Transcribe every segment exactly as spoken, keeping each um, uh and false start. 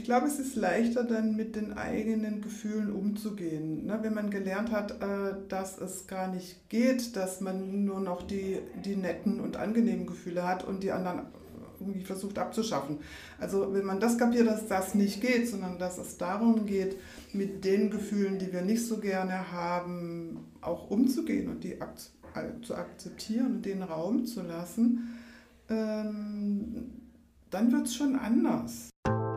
glaube, es ist leichter dann mit den eigenen Gefühlen umzugehen. Ne? Wenn man gelernt hat, äh, dass es gar nicht geht, dass man nur noch die, die netten und angenehmen Gefühle hat und die anderen irgendwie versucht abzuschaffen. Also wenn man das kapiert, dass das nicht geht, sondern dass es darum geht, mit den Gefühlen, die wir nicht so gerne haben, auch umzugehen und die ak- zu akzeptieren und den Raum zu lassen, ähm, dann wird es schon anders.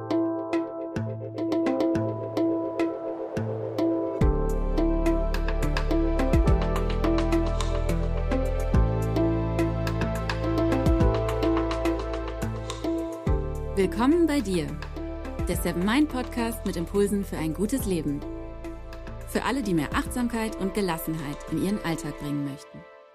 Willkommen bei dir, der Seven Mind Podcast mit Impulsen für ein gutes Leben. Für alle, die mehr Achtsamkeit und Gelassenheit in ihren Alltag bringen möchten.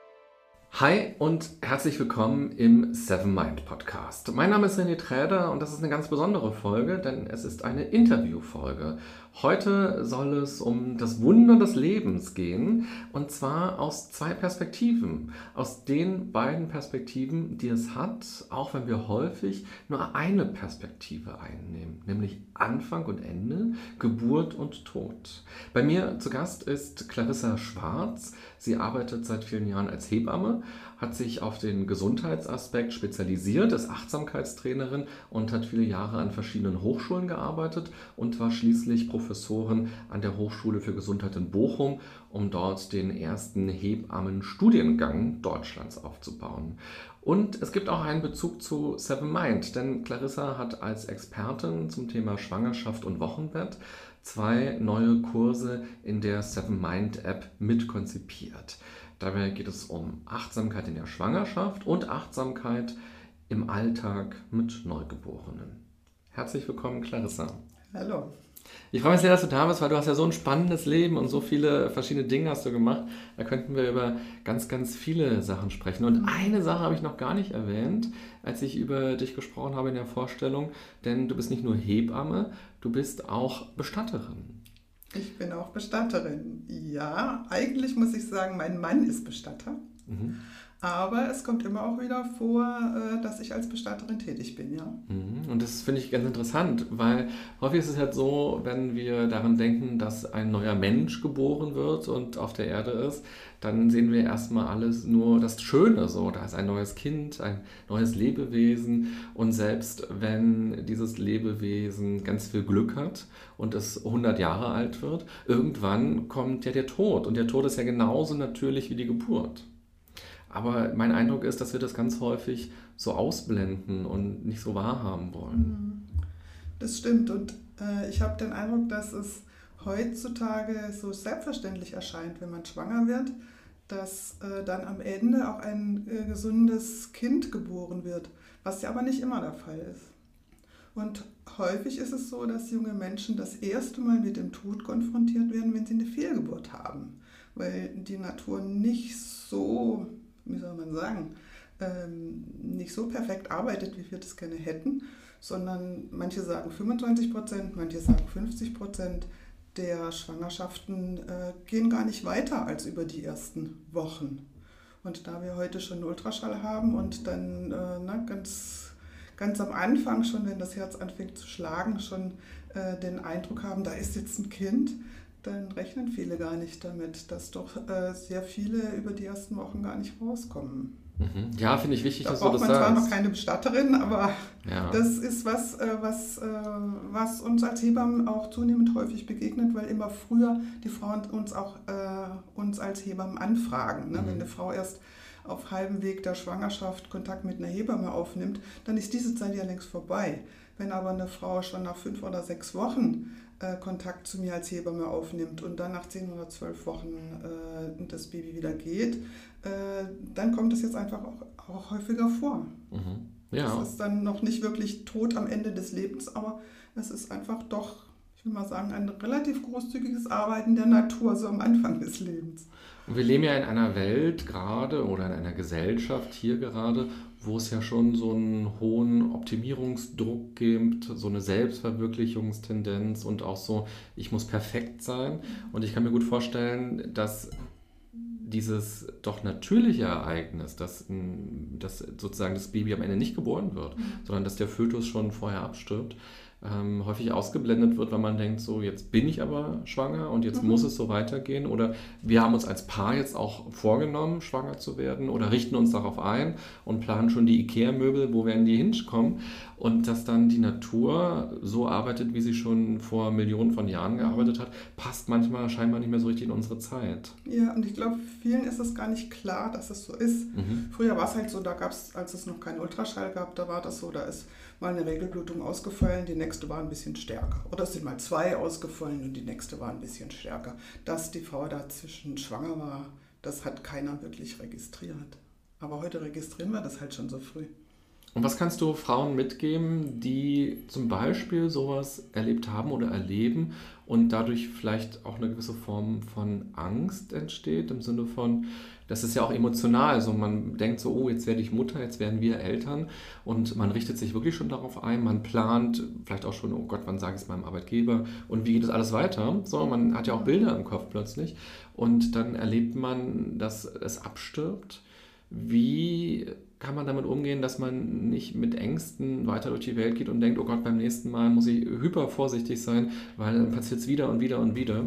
Hi und herzlich willkommen im Seven Mind Podcast. Mein Name ist René Träder und das ist eine ganz besondere Folge, denn es ist eine Interviewfolge. Heute soll es um das Wunder des Lebens gehen und zwar aus zwei Perspektiven. Aus den beiden Perspektiven, die es hat, auch wenn wir häufig nur eine Perspektive einnehmen, nämlich Anfang und Ende, Geburt und Tod. Bei mir zu Gast ist Clarissa Schwarz. Sie arbeitet seit vielen Jahren als Hebamme, hat sich auf den Gesundheitsaspekt spezialisiert, ist Achtsamkeitstrainerin und hat viele Jahre an verschiedenen Hochschulen gearbeitet und war schließlich Professorin an der Hochschule für Gesundheit in Bochum, um dort den ersten Hebammenstudiengang Deutschlands aufzubauen. Und es gibt auch einen Bezug zu Seven Mind, denn Clarissa hat als Expertin zum Thema Schwangerschaft und Wochenbett zwei neue Kurse in der Seven Mind App mitkonzipiert. Dabei geht es um Achtsamkeit in der Schwangerschaft und Achtsamkeit im Alltag mit Neugeborenen. Herzlich willkommen, Clarissa. Hallo. Ich freue mich sehr, dass du da bist, weil du hast ja so ein spannendes Leben und so viele verschiedene Dinge hast du gemacht. Da könnten wir über ganz, ganz viele Sachen sprechen. Und eine Sache habe ich noch gar nicht erwähnt, als ich über dich gesprochen habe in der Vorstellung, denn du bist nicht nur Hebamme, du bist auch Bestatterin. Ich bin auch Bestatterin. Ja, eigentlich muss ich sagen, mein Mann ist Bestatter. Mhm. Aber es kommt immer auch wieder vor, dass ich als Bestatterin tätig bin, ja. Und das finde ich ganz interessant, weil häufig ist es halt so, wenn wir daran denken, dass ein neuer Mensch geboren wird und auf der Erde ist, dann sehen wir erstmal alles nur das Schöne so. Da ist ein neues Kind, ein neues Lebewesen und selbst wenn dieses Lebewesen ganz viel Glück hat und es hundert Jahre alt wird, irgendwann kommt ja der Tod und der Tod ist ja genauso natürlich wie die Geburt. Aber mein Eindruck ist, dass wir das ganz häufig so ausblenden und nicht so wahrhaben wollen. Das stimmt und äh, ich habe den Eindruck, dass es heutzutage so selbstverständlich erscheint, wenn man schwanger wird, dass äh, dann am Ende auch ein äh, gesundes Kind geboren wird, was ja aber nicht immer der Fall ist. Und häufig ist es so, dass junge Menschen das erste Mal mit dem Tod konfrontiert werden, wenn sie eine Fehlgeburt haben, weil die Natur nicht so, wie soll man sagen, ähm, nicht so perfekt arbeitet, wie wir das gerne hätten, sondern manche sagen fünfundzwanzig Prozent, manche sagen fünfzig Prozent der Schwangerschaften äh, gehen gar nicht weiter als über die ersten Wochen. Und da wir heute schon einen Ultraschall haben und dann äh, na, ganz, ganz am Anfang schon, wenn das Herz anfängt zu schlagen, schon äh, den Eindruck haben, da ist jetzt ein Kind, dann rechnen viele gar nicht damit, dass doch äh, sehr viele über die ersten Wochen gar nicht rauskommen. Mhm. Ja, finde ich wichtig, da dass du das sagst. Da braucht man zwar noch keine Bestatterin, aber ja. Das ist was, äh, was, äh, was uns als Hebammen auch zunehmend häufig begegnet, weil immer früher die Frauen uns auch äh, uns als Hebammen anfragen. Ne? Mhm. Wenn eine Frau erst auf halbem Weg der Schwangerschaft Kontakt mit einer Hebamme aufnimmt, dann ist diese Zeit ja längst vorbei. Wenn aber eine Frau schon nach fünf oder sechs Wochen äh, Kontakt zu mir als Hebamme aufnimmt und dann nach zehn oder zwölf Wochen äh, das Baby wieder geht, äh, dann kommt es jetzt einfach auch, auch häufiger vor. Mhm. Ja. Das ist dann noch nicht wirklich tot am Ende des Lebens, aber es ist einfach doch, ich will mal sagen, ein relativ großzügiges Arbeiten der Natur, so am Anfang des Lebens. Und wir leben ja in einer Welt gerade oder in einer Gesellschaft hier gerade, wo es ja schon so einen hohen Optimierungsdruck gibt, so eine Selbstverwirklichungstendenz und auch so, ich muss perfekt sein. Und ich kann mir gut vorstellen, dass dieses doch natürliche Ereignis, dass, dass sozusagen das Baby am Ende nicht geboren wird, mhm. sondern dass der Fötus schon vorher abstirbt, ähm, häufig ausgeblendet wird, weil man denkt, so jetzt bin ich aber schwanger und jetzt Mhm. muss es so weitergehen. Oder wir haben uns als Paar jetzt auch vorgenommen, schwanger zu werden oder richten uns darauf ein und planen schon die Ikea-Möbel, wo werden die hinkommen. Und dass dann die Natur so arbeitet, wie sie schon vor Millionen von Jahren gearbeitet hat, passt manchmal scheinbar nicht mehr so richtig in unsere Zeit. Ja, und ich glaube, vielen ist es gar nicht klar, dass es so ist. Mhm. Früher war es halt so, da gab es, als es noch keinen Ultraschall gab, da war das so, da ist mal eine Regelblutung ausgefallen, die nächste war ein bisschen stärker. Oder es sind mal zwei ausgefallen und die nächste war ein bisschen stärker. Dass die Frau dazwischen schwanger war, das hat keiner wirklich registriert. Aber heute registrieren wir das halt schon so früh. Und was kannst du Frauen mitgeben, die zum Beispiel sowas erlebt haben oder erleben und dadurch vielleicht auch eine gewisse Form von Angst entsteht, im Sinne von, das ist ja auch emotional, so man denkt so, oh, jetzt werde ich Mutter, jetzt werden wir Eltern und man richtet sich wirklich schon darauf ein, man plant vielleicht auch schon, oh Gott, wann sage ich es meinem Arbeitgeber und wie geht das alles weiter? So, man hat ja auch Bilder im Kopf plötzlich und dann erlebt man, dass es abstirbt. Wie kann man damit umgehen, dass man nicht mit Ängsten weiter durch die Welt geht und denkt, oh Gott, beim nächsten Mal muss ich hyper vorsichtig sein, weil dann passiert es wieder und wieder und wieder?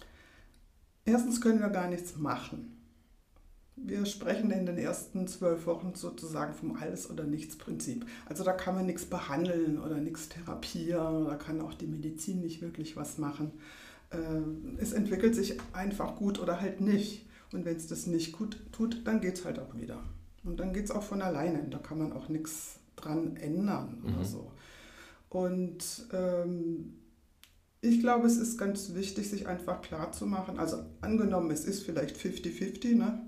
Erstens können wir gar nichts machen. Wir sprechen in den ersten zwölf Wochen sozusagen vom Alles-oder-Nichts-Prinzip. Also da kann man nichts behandeln oder nichts therapieren, da kann auch die Medizin nicht wirklich was machen. Es entwickelt sich einfach gut oder halt nicht. Und wenn es das nicht gut tut, dann geht es halt auch wieder. Und dann geht es auch von alleine. Da kann man auch nichts dran ändern oder Mhm. so. Und ähm, ich glaube, es ist ganz wichtig, sich einfach klar zu machen. Also angenommen, es ist vielleicht fünfzig fünfzig, ne?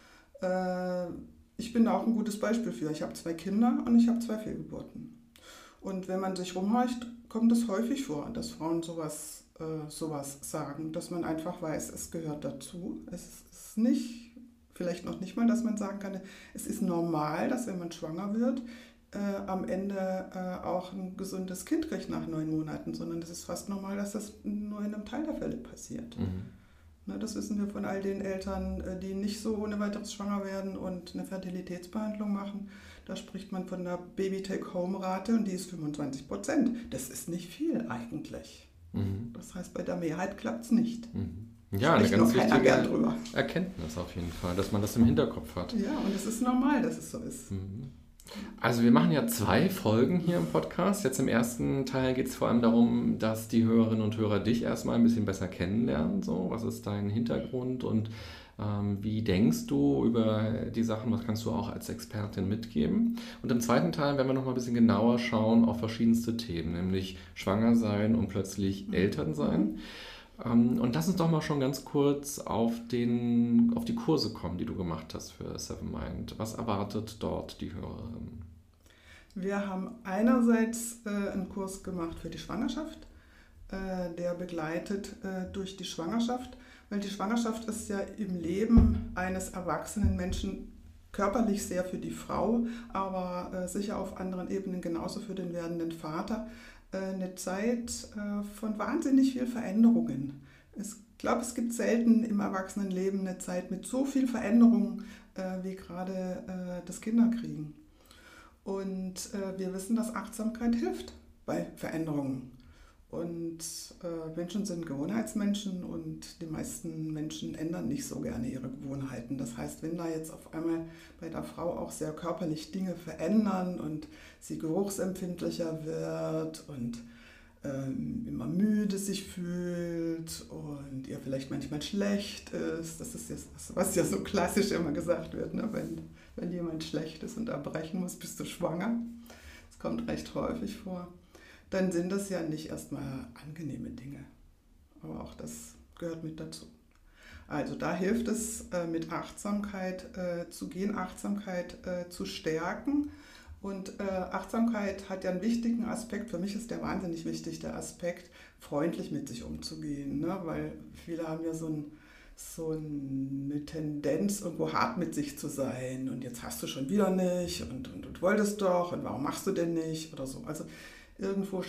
Äh, ich bin da auch ein gutes Beispiel für. Ich habe zwei Kinder und ich habe zwei Fehlgeburten. Und wenn man sich rumhorcht, kommt es häufig vor, dass Frauen sowas, äh, sowas sagen, dass man einfach weiß, es gehört dazu. Es ist nicht, vielleicht noch nicht mal, dass man sagen kann, es ist normal, dass wenn man schwanger wird, äh, am Ende äh, auch ein gesundes Kind kriegt nach neun Monaten, sondern es ist fast normal, dass das nur in einem Teil der Fälle passiert. Mhm. Ne, das wissen wir von all den Eltern, äh, die nicht so ohne weiteres schwanger werden und eine Fertilitätsbehandlung machen. Da spricht man von der Baby-Take-Home-Rate und die ist fünfundzwanzig Prozent. Das ist nicht viel eigentlich. Mhm. Das heißt, bei der Mehrheit klappt es nicht. Mhm. Ja, eine Spricht ganz nur keiner gern wichtige drüber. Erkenntnis auf jeden Fall, dass man das im Hinterkopf hat. Ja, und es ist normal, dass es so ist. Mhm. Also wir machen ja zwei Folgen hier im Podcast. Jetzt im ersten Teil geht es vor allem darum, dass die Hörerinnen und Hörer dich erstmal ein bisschen besser kennenlernen. So, was ist dein Hintergrund und ähm, wie denkst du über die Sachen? Was kannst du auch als Expertin mitgeben? Und im zweiten Teil werden wir nochmal ein bisschen genauer schauen auf verschiedenste Themen, nämlich schwanger sein und plötzlich Mhm. Eltern sein. Und lass uns doch mal schon ganz kurz auf, den, auf die Kurse kommen, die du gemacht hast für Seven Mind. Was erwartet dort die Hörerin? Wir haben einerseits äh, einen Kurs gemacht für die Schwangerschaft, äh, der begleitet äh, durch die Schwangerschaft, weil die Schwangerschaft ist ja im Leben eines erwachsenen Menschen körperlich sehr für die Frau, aber äh, sicher auf anderen Ebenen genauso für den werdenden Vater. Eine Zeit von wahnsinnig viel Veränderungen. Ich glaube, es gibt selten im Erwachsenenleben eine Zeit mit so viel Veränderung wie gerade das Kinderkriegen. Und wir wissen, dass Achtsamkeit hilft bei Veränderungen. Und äh, Menschen sind Gewohnheitsmenschen und die meisten Menschen ändern nicht so gerne ihre Gewohnheiten. Das heißt, wenn da jetzt auf einmal bei der Frau auch sehr körperlich Dinge verändern und sie geruchsempfindlicher wird und ähm, immer müde sich fühlt und ihr vielleicht manchmal schlecht ist, das ist jetzt was, was ja so klassisch immer gesagt wird, ne? wenn, wenn jemand schlecht ist und erbrechen muss, bist du schwanger. Das kommt recht häufig vor. Dann sind das ja nicht erstmal angenehme Dinge. Aber auch das gehört mit dazu. Also da hilft es, mit Achtsamkeit zu gehen, Achtsamkeit zu stärken. Und Achtsamkeit hat ja einen wichtigen Aspekt, für mich ist der wahnsinnig wichtig, der Aspekt, freundlich mit sich umzugehen. Ne? Weil viele haben ja so, ein, so eine Tendenz, irgendwo hart mit sich zu sein. Und jetzt hast du schon wieder nicht und, und, und wolltest doch und warum machst du denn nicht oder so. Also irgendwo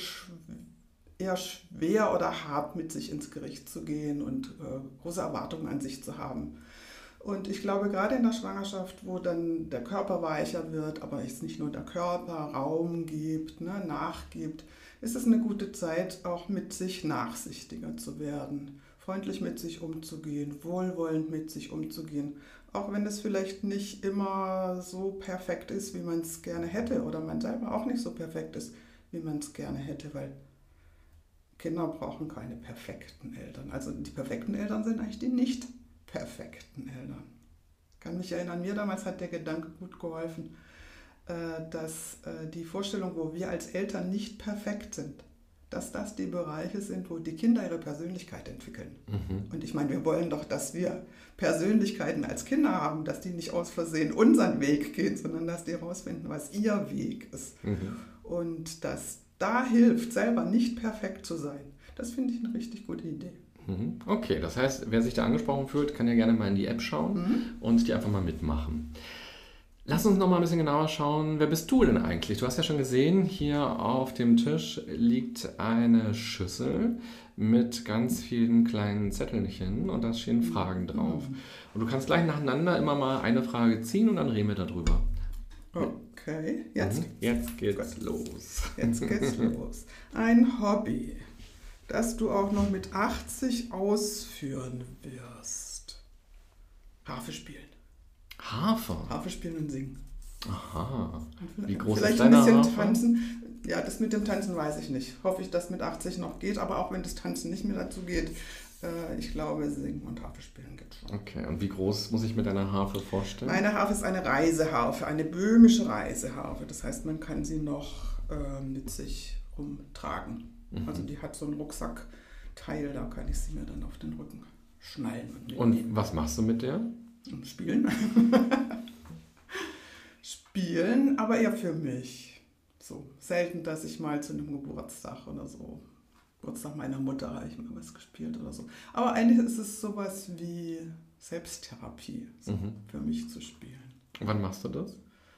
eher schwer oder hart mit sich ins Gericht zu gehen und äh, große Erwartungen an sich zu haben. Und ich glaube, gerade in der Schwangerschaft, wo dann der Körper weicher wird, aber es nicht nur der Körper Raum gibt, ne, nachgibt, ist es eine gute Zeit, auch mit sich nachsichtiger zu werden, freundlich mit sich umzugehen, wohlwollend mit sich umzugehen. Auch wenn es vielleicht nicht immer so perfekt ist, wie man es gerne hätte oder man selber auch nicht so perfekt ist, wie man es gerne hätte, weil Kinder brauchen keine perfekten Eltern. Also die perfekten Eltern sind eigentlich die nicht perfekten Eltern. Ich kann mich erinnern, mir damals hat der Gedanke gut geholfen, dass die Vorstellung, wo wir als Eltern nicht perfekt sind, dass das die Bereiche sind, wo die Kinder ihre Persönlichkeit entwickeln. Mhm. Und ich meine, wir wollen doch, dass wir Persönlichkeiten als Kinder haben, dass die nicht aus Versehen unseren Weg gehen, sondern dass die herausfinden, was ihr Weg ist. Mhm. Und dass da hilft, selber nicht perfekt zu sein. Das finde ich eine richtig gute Idee. Okay, das heißt, wer sich da angesprochen fühlt, kann ja gerne mal in die App schauen mhm. und die einfach mal mitmachen. Lass uns noch mal ein bisschen genauer schauen, wer bist du denn eigentlich? Du hast ja schon gesehen, hier auf dem Tisch liegt eine Schüssel mit ganz vielen kleinen Zettelchen und da stehen Fragen drauf. Mhm. Und du kannst gleich nacheinander immer mal eine Frage ziehen und dann reden wir darüber. Okay, jetzt, mhm. jetzt geht's Gut. los. Jetzt geht's los. Ein Hobby, das du auch noch mit achtzig ausführen wirst. Harfe spielen. Harfe? Harfe spielen und singen. Aha. Wie groß vielleicht ist deine ein bisschen Harfe? Tanzen. Ja, das mit dem Tanzen weiß ich nicht. Hoffe ich, dass mit achtzig noch geht, aber auch wenn das Tanzen nicht mehr dazu geht, äh, ich glaube, singen und Harfe spielen geht schon. Okay, und wie groß muss ich mir deine Harfe vorstellen? Meine Harfe ist eine Reiseharfe, eine böhmische Reiseharfe. Das heißt, man kann sie noch äh, mit sich rumtragen. Mhm. Also die hat so einen Rucksackteil, da kann ich sie mir dann auf den Rücken schnallen. Und, und was machst du mit der? Spielen. Spielen, aber eher für mich. So selten, dass ich mal zu einem Geburtstag oder so, Geburtstag meiner Mutter habe ich mal was gespielt oder so. Aber eigentlich ist es sowas wie Selbsttherapie, so mhm. für mich zu spielen. Wann machst du das?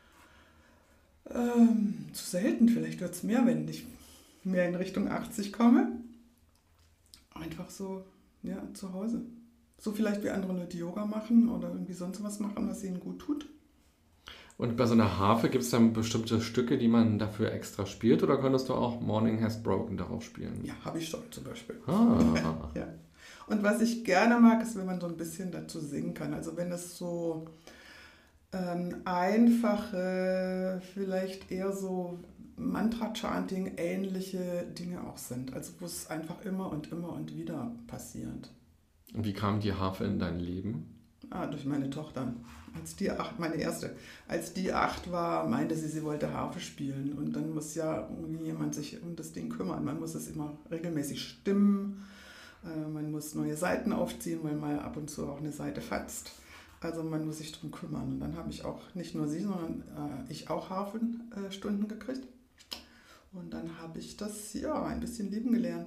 Ähm, zu selten, vielleicht wird es mehr, wenn ich mehr in Richtung achtzig komme. Einfach so, ja, zu Hause. So vielleicht wie andere Leute Yoga machen oder irgendwie sonst was machen, was ihnen gut tut. Und bei so einer Harfe gibt es dann bestimmte Stücke, die man dafür extra spielt? Oder könntest du auch Morning Has Broken darauf spielen? Ja, habe ich schon zum Beispiel. Ah. ja. Und was ich gerne mag, ist, wenn man so ein bisschen dazu singen kann. Also wenn es so ähm, einfache, vielleicht eher so Mantra-Chanting ähnliche Dinge auch sind. Also wo es einfach immer und immer und wieder passiert. Und wie kam die Harfe in dein Leben? Ah, durch meine Tochter. Als die acht, meine erste, als die acht war, meinte sie, sie wollte Harfe spielen. Und dann muss ja irgendwie jemand sich um das Ding kümmern. Man muss es immer regelmäßig stimmen. Äh, man muss neue Seiten aufziehen, weil mal ab und zu auch eine Seite fatzt. Also man muss sich darum kümmern. Und dann habe ich auch nicht nur sie, sondern äh, ich auch Harfenstunden äh, gekriegt. Und dann habe ich das ja ein bisschen lieben gelernt.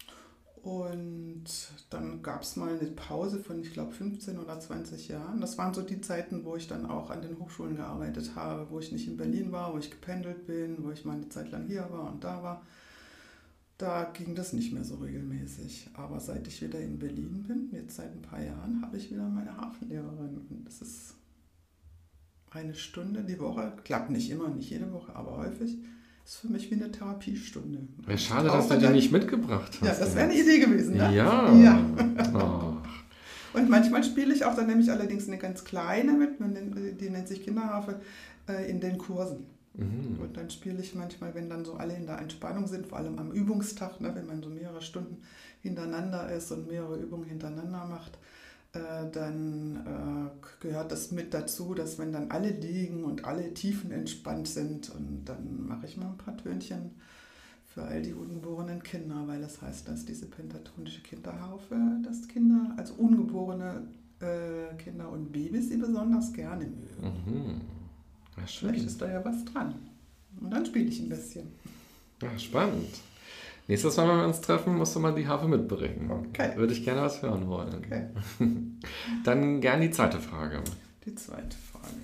Und dann gab es mal eine Pause von, ich glaube, fünfzehn oder zwanzig Jahren. Das waren so die Zeiten, wo ich dann auch an den Hochschulen gearbeitet habe, wo ich nicht in Berlin war, wo ich gependelt bin, wo ich mal eine Zeit lang hier war und da war. Da ging das nicht mehr so regelmäßig. Aber seit ich wieder in Berlin bin, jetzt seit ein paar Jahren, habe ich wieder meine Hafenlehrerin. Und das ist eine Stunde die Woche. Klappt nicht immer, nicht jede Woche, aber häufig. Das ist für mich wie eine Therapiestunde. Ja, schade, dass du die nicht mitgebracht hast. Ja, das wäre eine Idee gewesen. Ne? Ja. ja. Oh. Und manchmal spiele ich auch, dann nehme ich allerdings eine ganz kleine mit, die nennt sich Kinderharfe, in den Kursen. Mhm. Und dann spiele ich manchmal, wenn dann so alle in der Entspannung sind, vor allem am Übungstag, ne, wenn man so mehrere Stunden hintereinander ist und mehrere Übungen hintereinander macht, äh, dann äh, gehört das mit dazu, dass wenn dann alle liegen und alle tiefenentspannt sind, und dann mache ich mal ein paar Tönchen für all die ungeborenen Kinder, weil das heißt, dass diese pentatonische Kinderharfe, dass Kinder, also ungeborene äh, Kinder und Babys, sie besonders gerne mögen. Mhm. Ja, vielleicht ist da ja was dran. Und dann spiele ich ein bisschen. Ja, spannend. Nächstes Mal, wenn wir uns treffen, musst du mal die Harfe mitbringen. Okay. Würde ich gerne was hören wollen. Okay. Dann gerne die zweite Frage. Die zweite Frage.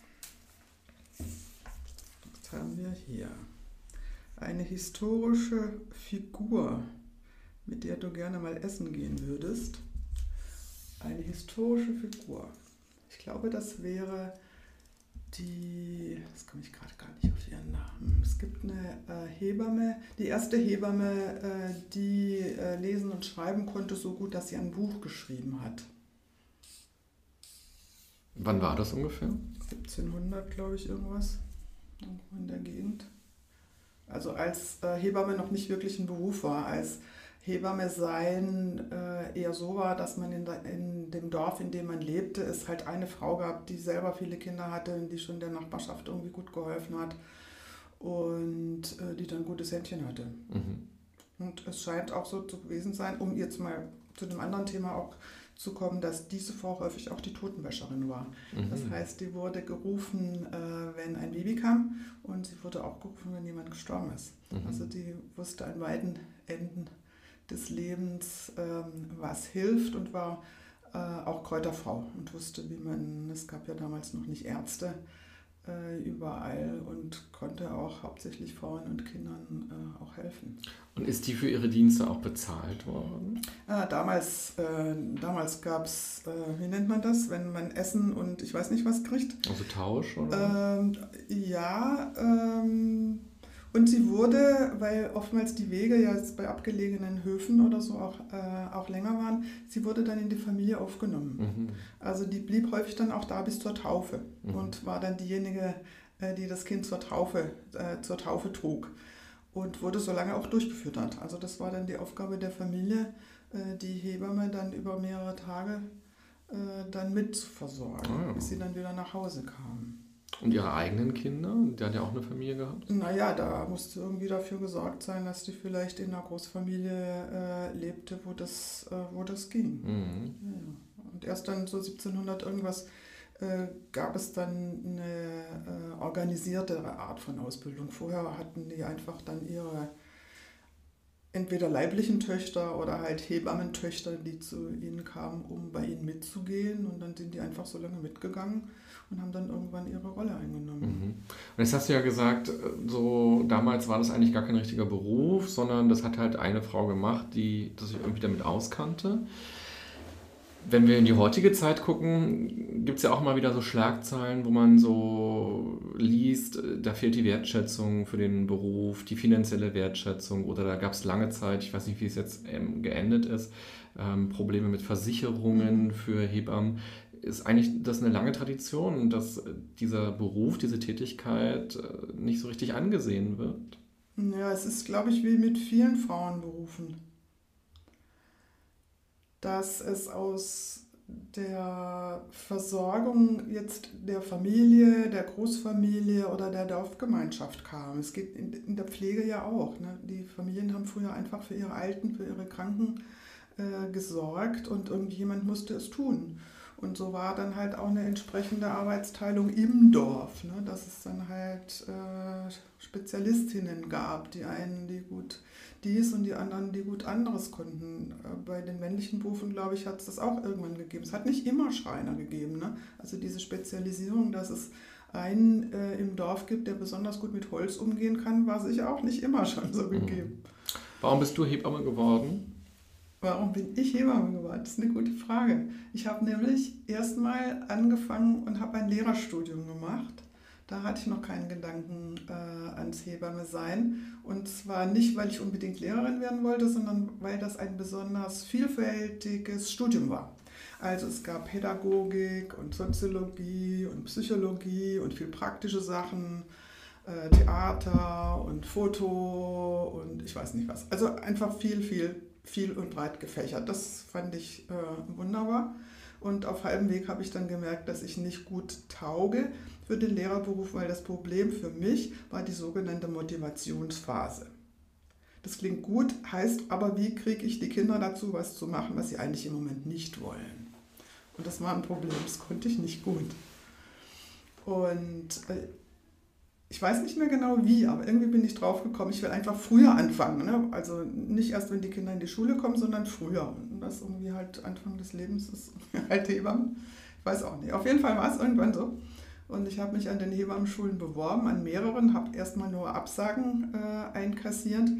Was haben wir hier? Eine historische Figur, mit der du gerne mal essen gehen würdest. Eine historische Figur. Ich glaube, das wäre die, jetzt komme ich gerade gar nicht auf ihren Namen, es gibt eine äh, Hebamme, die erste Hebamme, äh, die äh, lesen und schreiben konnte, so gut, dass sie ein Buch geschrieben hat. Wann war das ungefähr? siebzehnhundert, glaube ich, irgendwas, irgendwo in der Gegend. Also als äh, Hebamme noch nicht wirklich ein Beruf war, als Hebamme sein äh, eher so war, dass man in, der, in dem Dorf, in dem man lebte, es halt eine Frau gab, die selber viele Kinder hatte und die schon der Nachbarschaft irgendwie gut geholfen hat und äh, die dann ein gutes Händchen hatte. Mhm. Und es scheint auch so zu gewesen sein, um jetzt mal zu dem anderen Thema auch zu kommen, dass diese Frau häufig auch die Totenwäscherin war. Mhm. Das heißt, die wurde gerufen, äh, wenn ein Baby kam und sie wurde auch gerufen, wenn jemand gestorben ist. Mhm. Also die wusste an beiden Enden des Lebens, ähm, was hilft und war äh, auch Kräuterfrau und wusste, wie man, es gab ja damals noch nicht Ärzte äh, überall und konnte auch hauptsächlich Frauen und Kindern äh, auch helfen. Und ist die für ihre Dienste auch bezahlt worden? Ah, damals äh, damals gab es, äh, wie nennt man das, wenn man Essen und ich weiß nicht was kriegt? Also Tausch, oder? Ähm, ja, ähm, und sie wurde, weil oftmals die Wege ja jetzt bei abgelegenen Höfen oder so auch, äh, auch länger waren, sie wurde dann in die Familie aufgenommen. Mhm. Also die blieb häufig dann auch da bis zur Taufe mhm. und war dann diejenige, äh, die das Kind zur Taufe, äh, zur Taufe trug und wurde so lange auch durchgeführt hat. Also das war dann die Aufgabe der Familie, äh, die Hebamme dann über mehrere Tage äh, dann mit zu versorgen, ah, ja. bis sie dann wieder nach Hause kam. Und ihre eigenen Kinder? Die hat ja auch eine Familie gehabt? Naja, da musste irgendwie dafür gesorgt sein, dass die vielleicht in einer Großfamilie äh, lebte, wo das, äh, wo das ging. Mhm. Ja. Und erst dann so siebzehnhundert irgendwas äh, gab es dann eine äh, organisierte Art von Ausbildung. Vorher hatten die einfach dann ihre entweder leiblichen Töchter oder halt Hebammentöchter, die zu ihnen kamen, um bei ihnen mitzugehen. Und dann sind die einfach so lange mitgegangen und haben dann irgendwann ihre Rolle eingenommen. Mhm. Und jetzt hast du ja gesagt, so damals war das eigentlich gar kein richtiger Beruf, sondern das hat halt eine Frau gemacht, die das sich irgendwie damit auskannte. Wenn wir in die heutige Zeit gucken, gibt es ja auch mal wieder so Schlagzeilen, wo man so liest, da fehlt die Wertschätzung für den Beruf, die finanzielle Wertschätzung oder da gab es lange Zeit, ich weiß nicht, wie es jetzt ähm, geendet ist, ähm, Probleme mit Versicherungen für Hebammen. Ist eigentlich das eine lange Tradition, dass dieser Beruf, diese Tätigkeit äh, nicht so richtig angesehen wird? Ja, es ist, glaube ich, wie mit vielen Frauenberufen, dass es aus der Versorgung jetzt der Familie, der Großfamilie oder der Dorfgemeinschaft kam. Es geht in, in der Pflege ja auch. Ne? Die Familien haben früher einfach für ihre Alten, für ihre Kranken äh, gesorgt und irgendjemand musste es tun. Und so war dann halt auch eine entsprechende Arbeitsteilung im Dorf, ne? Dass es dann halt äh, Spezialistinnen gab, die einen, die gut dies und die anderen, die gut anderes konnten. Äh, bei den männlichen Berufen, glaube ich, hat es das auch irgendwann gegeben. Es hat nicht immer Schreiner gegeben, ne? Also diese Spezialisierung, dass es einen äh, im Dorf gibt, der besonders gut mit Holz umgehen kann, war sicher auch nicht immer schon so gegeben. Warum bist du Hebamme geworden? Warum bin ich Hebamme geworden? Das ist eine gute Frage. Ich habe nämlich erstmal angefangen und habe ein Lehrerstudium gemacht. Da hatte ich noch keinen Gedanken äh, ans Hebamme sein. Und zwar nicht, weil ich unbedingt Lehrerin werden wollte, sondern weil das ein besonders vielfältiges Studium war. Also es gab Pädagogik und Soziologie und Psychologie und viel praktische Sachen, äh, Theater und Foto und ich weiß nicht was. Also einfach viel, viel viel und breit gefächert. Das fand ich äh, wunderbar. Und auf halbem Weg habe ich dann gemerkt, dass ich nicht gut tauge für den Lehrerberuf, weil das Problem für mich war die sogenannte Motivationsphase. Das klingt gut, heißt aber, wie kriege ich die Kinder dazu, was zu machen, was sie eigentlich im Moment nicht wollen. Und das war ein Problem, das konnte ich nicht gut. Und äh, ich weiß nicht mehr genau wie, aber irgendwie bin ich drauf gekommen, ich will einfach früher anfangen. Ne? Also nicht erst, wenn die Kinder in die Schule kommen, sondern früher. Und das irgendwie halt Anfang des Lebens ist halt Hebamme. Ich weiß auch nicht. Auf jeden Fall war es irgendwann so. Und ich habe mich an den Hebammenschulen beworben, an mehreren, habe erstmal nur Absagen äh, einkassiert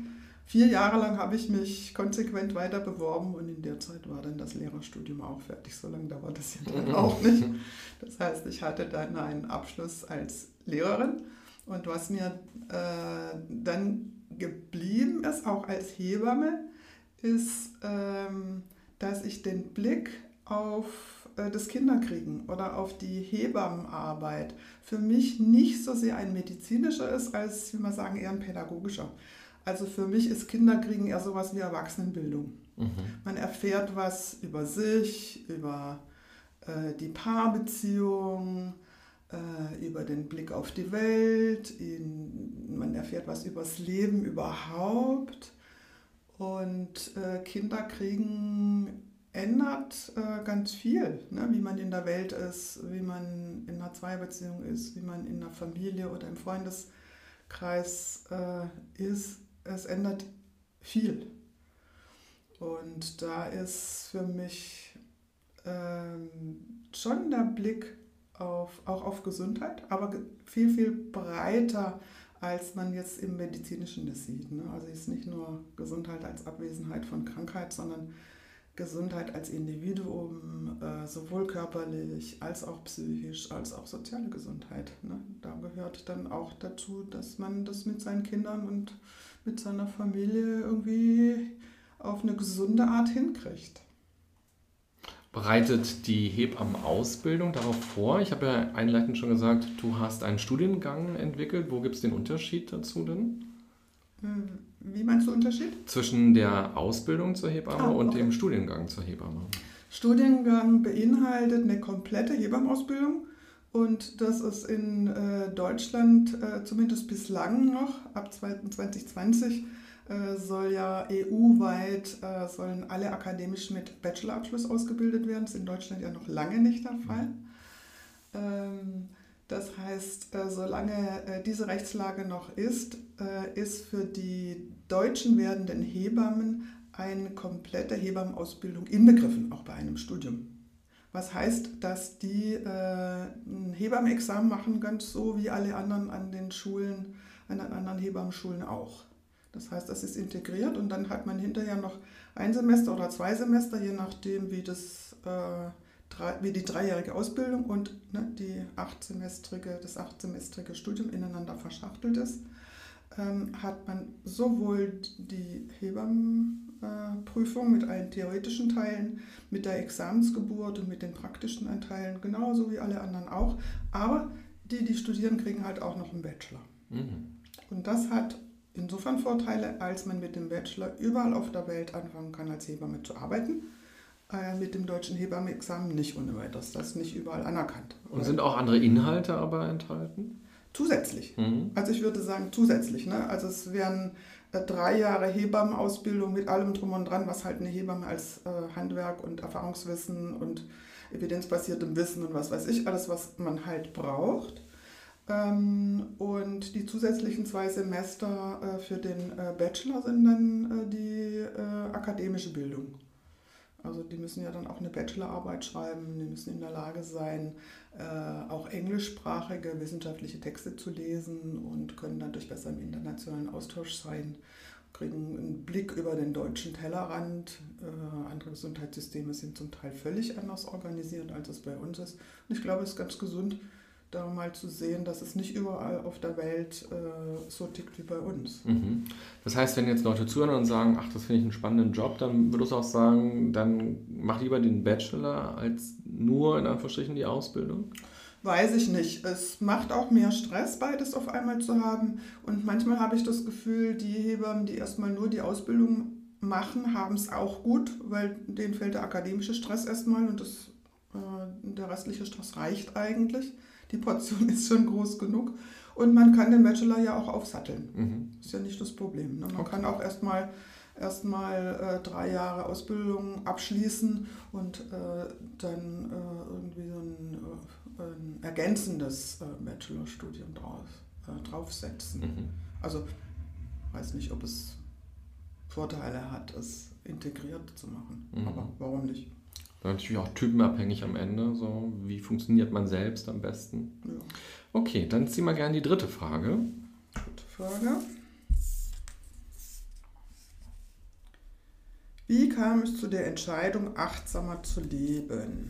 vier Jahre lang habe ich mich konsequent weiter beworben und in der Zeit war dann das Lehrerstudium auch fertig. So lange dauert das ja dann auch nicht. Das heißt, ich hatte dann einen Abschluss als Lehrerin und was mir äh, dann geblieben ist, auch als Hebamme, ist, ähm, dass ich den Blick auf äh, das Kinderkriegen oder auf die Hebammenarbeit für mich nicht so sehr ein medizinischer ist, als, wie man sagen, eher ein pädagogischer. Also für mich ist Kinderkriegen eher sowas wie Erwachsenenbildung. Mhm. Man erfährt was über sich, über äh, die Paarbeziehung, äh, über den Blick auf die Welt, in, man erfährt was über das Leben überhaupt. Und äh, Kinderkriegen ändert äh, ganz viel, ne? Wie man in der Welt ist, wie man in einer Zweierbeziehung ist, wie man in einer Familie oder im Freundeskreis äh, ist. Es ändert viel. Und da ist für mich ähm, schon der Blick auf, auch auf Gesundheit, aber viel, viel breiter, als man jetzt im Medizinischen das sieht. Ne? Also es ist nicht nur Gesundheit als Abwesenheit von Krankheit, sondern Gesundheit als Individuum, äh, sowohl körperlich als auch psychisch, als auch soziale Gesundheit. Ne? Da gehört dann auch dazu, dass man das mit seinen Kindern und mit seiner Familie irgendwie auf eine gesunde Art hinkriegt. Bereitet die Hebammenausbildung darauf vor? Ich habe ja einleitend schon gesagt, du hast einen Studiengang entwickelt. Wo gibt es den Unterschied dazu denn? Wie meinst du Unterschied? Zwischen der Ausbildung zur Hebamme ah, okay. und dem Studiengang zur Hebamme. Studiengang beinhaltet eine komplette Hebammenausbildung und das ist in äh, Deutschland äh, zumindest bislang noch, ab zwanzig zwanzig äh, soll ja E U-weit, äh, sollen alle akademisch mit Bachelorabschluss ausgebildet werden. Das ist in Deutschland ja noch lange nicht der Fall. Ähm, Das heißt, solange diese Rechtslage noch ist, ist für die deutschen werdenden Hebammen eine komplette Hebammenausbildung inbegriffen, auch bei einem Studium. Was heißt, dass die ein Hebammenexamen machen, ganz so wie alle anderen an den Schulen, an den anderen Hebammenschulen auch. Das heißt, das ist integriert und dann hat man hinterher noch ein Semester oder zwei Semester, je nachdem, wie das wie die dreijährige Ausbildung und ne, die achtsemestrige, das achtsemestrige Studium ineinander verschachtelt ist, ähm, hat man sowohl die Hebammenprüfung äh, mit allen theoretischen Teilen, mit der Examensgeburt und mit den praktischen Teilen, genauso wie alle anderen auch. Aber die, die studieren, kriegen halt auch noch einen Bachelor. Mhm. Und das hat insofern Vorteile, als man mit dem Bachelor überall auf der Welt anfangen kann, als Hebamme zu arbeiten. Mit dem deutschen Hebammenexamen nicht ohne weiteres. Das ist nicht überall anerkannt. Und sind auch andere Inhalte aber enthalten? Zusätzlich. Mhm. Also ich würde sagen zusätzlich. Ne? Also es wären äh, drei Jahre Hebammenausbildung mit allem drum und dran, was halt eine Hebamme als äh, Handwerk und Erfahrungswissen und evidenzbasiertem Wissen und was weiß ich, alles, was man halt braucht. Ähm, und die zusätzlichen zwei Semester äh, für den äh, Bachelor sind dann äh, die äh, akademische Bildung. Also die müssen ja dann auch eine Bachelorarbeit schreiben, die müssen in der Lage sein, äh, auch englischsprachige wissenschaftliche Texte zu lesen und können dadurch besser im internationalen Austausch sein, kriegen einen Blick über den deutschen Tellerrand. Äh, andere Gesundheitssysteme sind zum Teil völlig anders organisiert, als es bei uns ist. Und ich glaube, es ist ganz gesund, da mal zu sehen, dass es nicht überall auf der Welt äh, so tickt wie bei uns. Mhm. Das heißt, wenn jetzt Leute zuhören und sagen, ach, das finde ich einen spannenden Job, dann würdest du auch sagen, dann mach lieber den Bachelor als nur in Anführungsstrichen die Ausbildung? Weiß ich nicht. Es macht auch mehr Stress, beides auf einmal zu haben. Und manchmal habe ich das Gefühl, die Hebammen, die erstmal nur die Ausbildung machen, haben es auch gut, weil denen fällt der akademische Stress erstmal und das, äh, der restliche Stress reicht eigentlich. Die Portion ist schon groß genug und man kann den Bachelor ja auch aufsatteln. Mhm. Ist ja nicht das Problem. Ne? Man okay. kann auch erstmal erstmal äh, drei Jahre Ausbildung abschließen und äh, dann äh, irgendwie so ein, äh, ein ergänzendes äh, Bachelorstudium drauf, äh, draufsetzen. Mhm. Also ich weiß nicht, ob es Vorteile hat, es integriert zu machen, mhm. aber warum nicht? Natürlich auch typenabhängig am Ende, so wie funktioniert man selbst am besten. Ja. Okay, dann ziehen wir gerne die dritte Frage. Dritte Frage. Wie kam es zu der Entscheidung, achtsamer zu leben?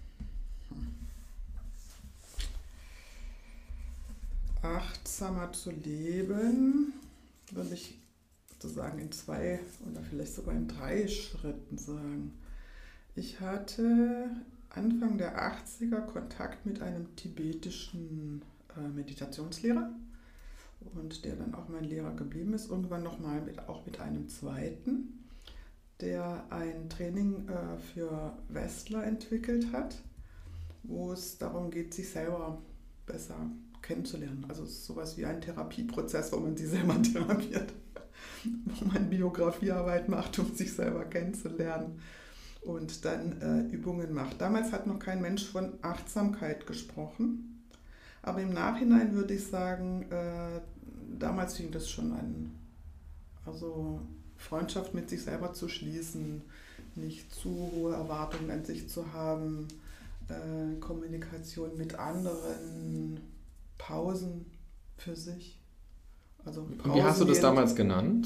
Achtsamer zu leben, würde ich sozusagen in zwei oder vielleicht sogar in drei Schritten sagen. Ich hatte Anfang der achtziger Kontakt mit einem tibetischen äh, Meditationslehrer und der dann auch mein Lehrer geblieben ist. Irgendwann nochmal mit, auch mit einem zweiten, der ein Training äh, für Westler entwickelt hat, wo es darum geht, sich selber besser kennenzulernen. Also es ist sowas wie ein Therapieprozess, wo man sich selber therapiert, wo man Biografiearbeit macht, um sich selber kennenzulernen und dann äh, Übungen macht. Damals hat noch kein Mensch von Achtsamkeit gesprochen, aber im Nachhinein würde ich sagen, äh, damals fing das schon an. Also Freundschaft mit sich selber zu schließen, nicht zu hohe Erwartungen an sich zu haben, äh, Kommunikation mit anderen, Pausen für sich. Also Pausen. Wie hast du das damals genannt?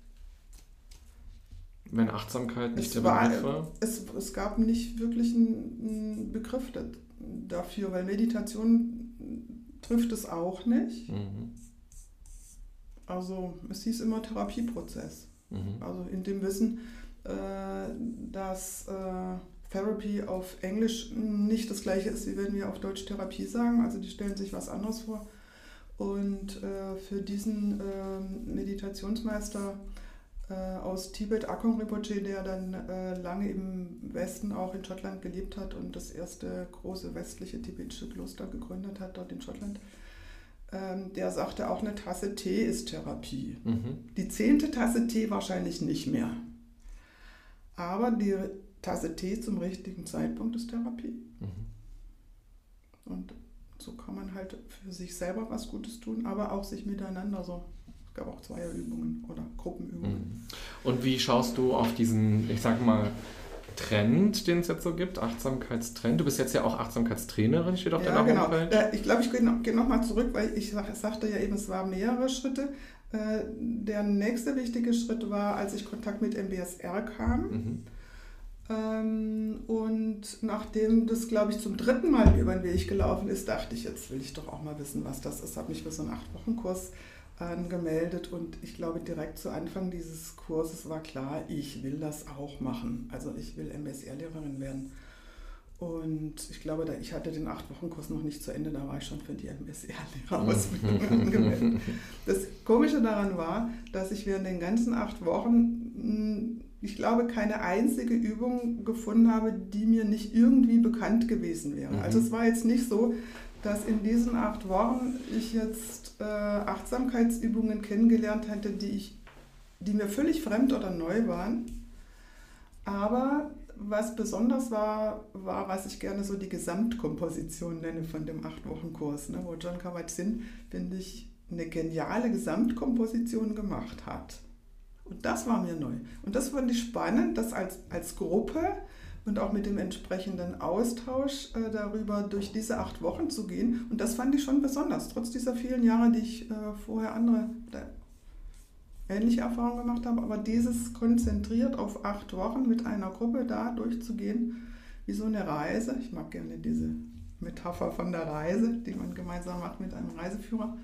Wenn Achtsamkeit nicht der Begriff war? Es, es gab nicht wirklich einen Begriff dafür, weil Meditation trifft es auch nicht. Mhm. Also es hieß immer Therapieprozess. Mhm. Also in dem Wissen, äh, dass äh, Therapy auf Englisch nicht das gleiche ist, wie wenn wir auf Deutsch Therapie sagen. Also die stellen sich was anderes vor. Und äh, für diesen äh, Meditationsmeister äh, aus Tibet, Akong Rinpoche, der dann äh, lange im Westen, auch in Schottland gelebt hat und das erste große westliche tibetische Kloster gegründet hat, dort in Schottland, ähm, der sagte, auch eine Tasse Tee ist Therapie. Mhm. Die zehnte Tasse Tee wahrscheinlich nicht mehr. Aber die Tasse Tee zum richtigen Zeitpunkt ist Therapie. Mhm. Und so kann man halt für sich selber was Gutes tun, aber auch sich miteinander so. Es gab auch Zweierübungen oder Gruppenübungen. Mhm. Und wie schaust du auf diesen, ich sag mal, Trend, den es jetzt so gibt, Achtsamkeitstrend? Du bist jetzt ja auch Achtsamkeitstrainerin, steht auf ja, deiner genau. Homepage. Ich glaube, ich gehe noch, noch mal zurück, weil ich sagte ja eben, es waren mehrere Schritte. Der nächste wichtige Schritt war, als ich Kontakt mit M B S R kam. Mhm. Und nachdem das, glaube ich, zum dritten Mal über den Weg gelaufen ist, dachte ich, jetzt will ich doch auch mal wissen, was das ist. Habe mich für so einen acht-Wochen-Kurs angemeldet und ich glaube, direkt zu Anfang dieses Kurses war klar, ich will das auch machen. Also ich will M B S R-Lehrerin werden. Und ich glaube, ich hatte den acht-Wochen-Kurs noch nicht zu Ende, da war ich schon für die M B S R-Lehrerausbildung angemeldet. Das Komische daran war, dass ich während den ganzen acht Wochen, ich glaube, keine einzige Übung gefunden habe, die mir nicht irgendwie bekannt gewesen wäre. Mhm. Also es war jetzt nicht so, dass in diesen acht Wochen ich jetzt äh, Achtsamkeitsübungen kennengelernt hatte, die, ich, die mir völlig fremd oder neu waren. Aber was besonders war, war, was ich gerne so die Gesamtkomposition nenne von dem acht-Wochen-Kurs, ne, wo Jon Kabat-Zinn, finde ich, eine geniale Gesamtkomposition gemacht hat. Und das war mir neu. Und das fand ich spannend, das als, als Gruppe und auch mit dem entsprechenden Austausch äh, darüber durch diese acht Wochen zu gehen. Und das fand ich schon besonders, trotz dieser vielen Jahre, die ich äh, vorher andere oder ähnliche Erfahrungen gemacht habe. Aber dieses konzentriert auf acht Wochen mit einer Gruppe da durchzugehen, wie so eine Reise. Ich mag gerne diese Metapher von der Reise, die man gemeinsam macht mit einem Reiseführer.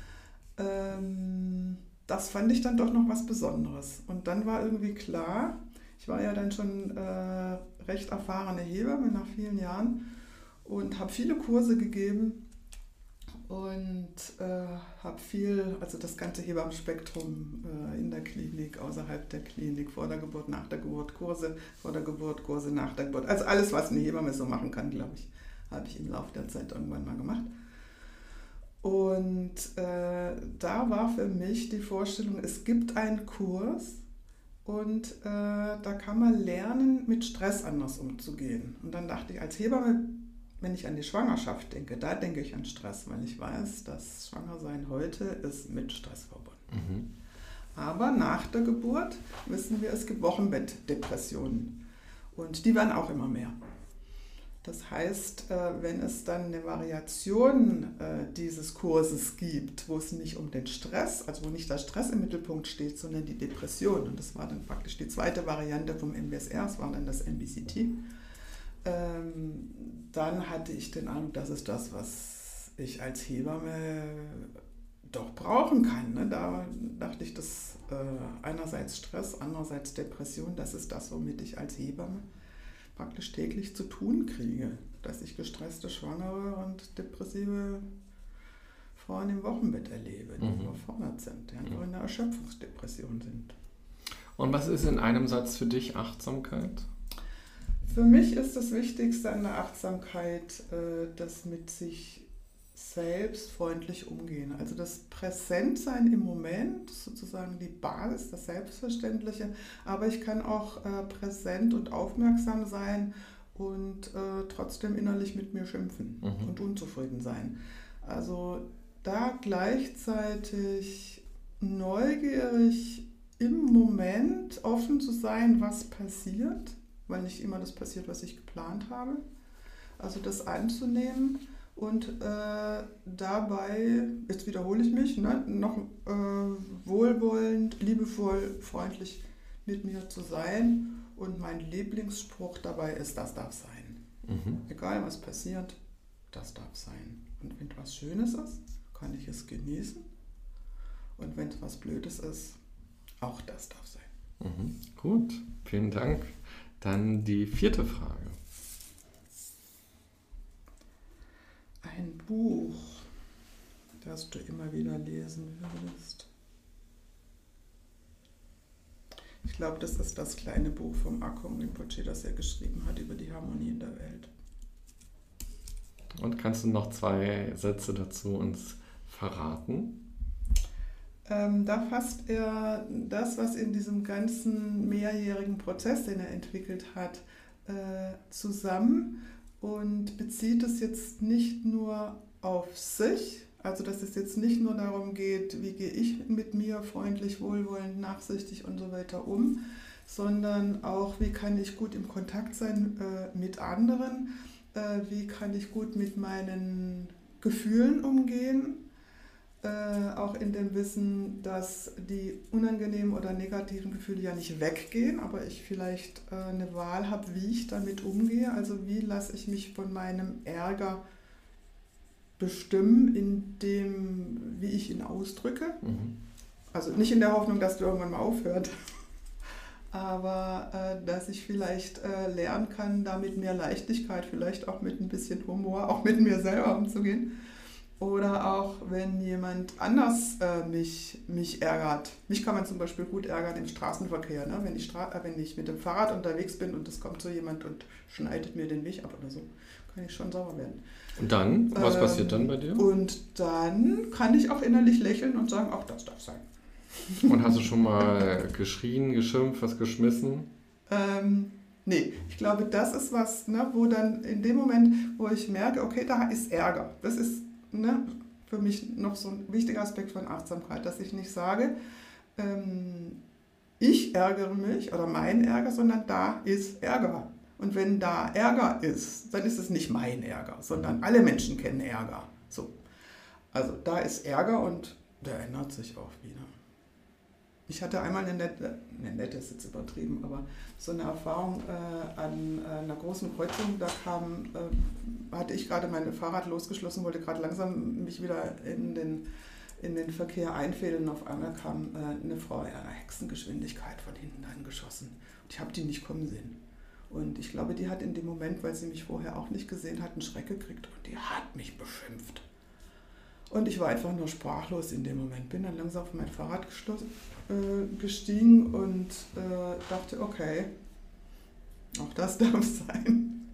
Ähm, Das fand ich dann doch noch was Besonderes. Und dann war irgendwie klar, ich war ja dann schon äh, recht erfahrene Hebamme nach vielen Jahren und habe viele Kurse gegeben und äh, habe viel, also das ganze Hebammenspektrum äh, in der Klinik, außerhalb der Klinik, vor der Geburt, nach der Geburt, Kurse vor der Geburt, Kurse nach der Geburt. Also alles, was eine Hebamme so machen kann, glaube ich, habe ich im Laufe der Zeit irgendwann mal gemacht. Und äh, da war für mich die Vorstellung, es gibt einen Kurs und äh, da kann man lernen, mit Stress anders umzugehen. Und dann dachte ich, als Hebamme, wenn ich an die Schwangerschaft denke, da denke ich an Stress, weil ich weiß, dass Schwangersein heute ist mit Stress verbunden. Mhm. Aber nach der Geburt wissen wir, es gibt Wochenbettdepressionen und die werden auch immer mehr. Das heißt, wenn es dann eine Variation dieses Kurses gibt, wo es nicht um den Stress, also wo nicht der Stress im Mittelpunkt steht, sondern die Depression, und das war dann praktisch die zweite Variante vom M B S R, das war dann das M B C T, dann hatte ich den Eindruck, das ist das, was ich als Hebamme doch brauchen kann. Da dachte ich, dass einerseits Stress, andererseits Depression, das ist das, womit ich als Hebamme praktisch täglich zu tun kriege, dass ich gestresste Schwangere und depressive Frauen im Wochenbett erlebe, die mhm. überfordert sind, die einfach in einer Erschöpfungsdepression sind. Und was ist in einem Satz für dich Achtsamkeit? Für mich ist das Wichtigste an der Achtsamkeit, das mit sich selbst freundlich umgehen. Also das Präsentsein im Moment, sozusagen die Basis, das Selbstverständliche, aber ich kann auch äh, präsent und aufmerksam sein und äh, trotzdem innerlich mit mir schimpfen mhm. und unzufrieden sein. Also da gleichzeitig neugierig im Moment offen zu sein, was passiert, weil nicht immer das passiert, was ich geplant habe. Also das anzunehmen. Und äh, dabei, jetzt wiederhole ich mich, ne, noch äh, wohlwollend, liebevoll, freundlich mit mir zu sein. Und mein Lieblingsspruch dabei ist, das darf sein. Mhm. Egal was passiert, das darf sein. Und wenn etwas Schönes ist, kann ich es genießen. Und wenn etwas Blödes ist, auch das darf sein. Mhm. Gut, vielen Dank. Dann die vierte Frage. Ein Buch, das du immer wieder lesen würdest. Ich glaube, das ist das kleine Buch vom Akong Rinpoche, das er geschrieben hat über die Harmonie in der Welt. Und kannst du noch zwei Sätze dazu uns verraten? Ähm, da fasst er das, was in diesem ganzen mehrjährigen Prozess, den er entwickelt hat, äh, zusammen. Und bezieht es jetzt nicht nur auf sich, also dass es jetzt nicht nur darum geht, wie gehe ich mit mir freundlich, wohlwollend, nachsichtig und so weiter um, sondern auch, wie kann ich gut im Kontakt sein äh, mit anderen, äh, wie kann ich gut mit meinen Gefühlen umgehen, äh, auch in dem Wissen, dass die unangenehmen oder negativen Gefühle ja nicht weggehen, aber ich vielleicht äh, eine Wahl habe, wie ich damit umgehe. Also wie lasse ich mich von meinem Ärger bestimmen, in dem, wie ich ihn ausdrücke. Mhm. Also nicht in der Hoffnung, dass du irgendwann mal aufhört, aber äh, dass ich vielleicht äh, lernen kann, da mit mehr Leichtigkeit, vielleicht auch mit ein bisschen Humor, auch mit mir selber umzugehen. Oder auch, wenn jemand anders äh, mich, mich ärgert. Mich kann man zum Beispiel gut ärgern im Straßenverkehr. Ne? Wenn, ich Stra- äh, wenn ich mit dem Fahrrad unterwegs bin und es kommt so jemand und schneidet mir den Weg ab oder so, kann ich schon sauer werden. Und dann? Was ähm, passiert dann bei dir? Und dann kann ich auch innerlich lächeln und sagen, auch das darf sein. Und hast du schon mal geschrien, geschimpft, was geschmissen? Ähm, nee, ich glaube, das ist was, ne, wo dann in dem Moment, wo ich merke, okay, da ist Ärger. Das ist Ne, für mich noch so ein wichtiger Aspekt von Achtsamkeit, dass ich nicht sage, ähm, ich ärgere mich oder mein Ärger, sondern da ist Ärger. Und wenn da Ärger ist, dann ist es nicht mein Ärger, sondern alle Menschen kennen Ärger. So. Also da ist Ärger und der ändert sich auch wieder. Ich hatte einmal eine nette, eine nette ist jetzt übertrieben, aber so eine Erfahrung äh, an äh, einer großen Kreuzung, da kam, äh, hatte ich gerade mein Fahrrad losgeschlossen, wollte gerade langsam mich wieder in den, in den Verkehr einfädeln. Auf einmal kam äh, eine Frau in einer Hexengeschwindigkeit von hinten angeschossen. Und ich habe die nicht kommen sehen. Und ich glaube, die hat in dem Moment, weil sie mich vorher auch nicht gesehen hat, einen Schreck gekriegt und die hat mich beschimpft. Und ich war einfach nur sprachlos in dem Moment. Bin dann langsam auf mein Fahrrad äh, gestiegen und äh, dachte, okay, auch das darf sein.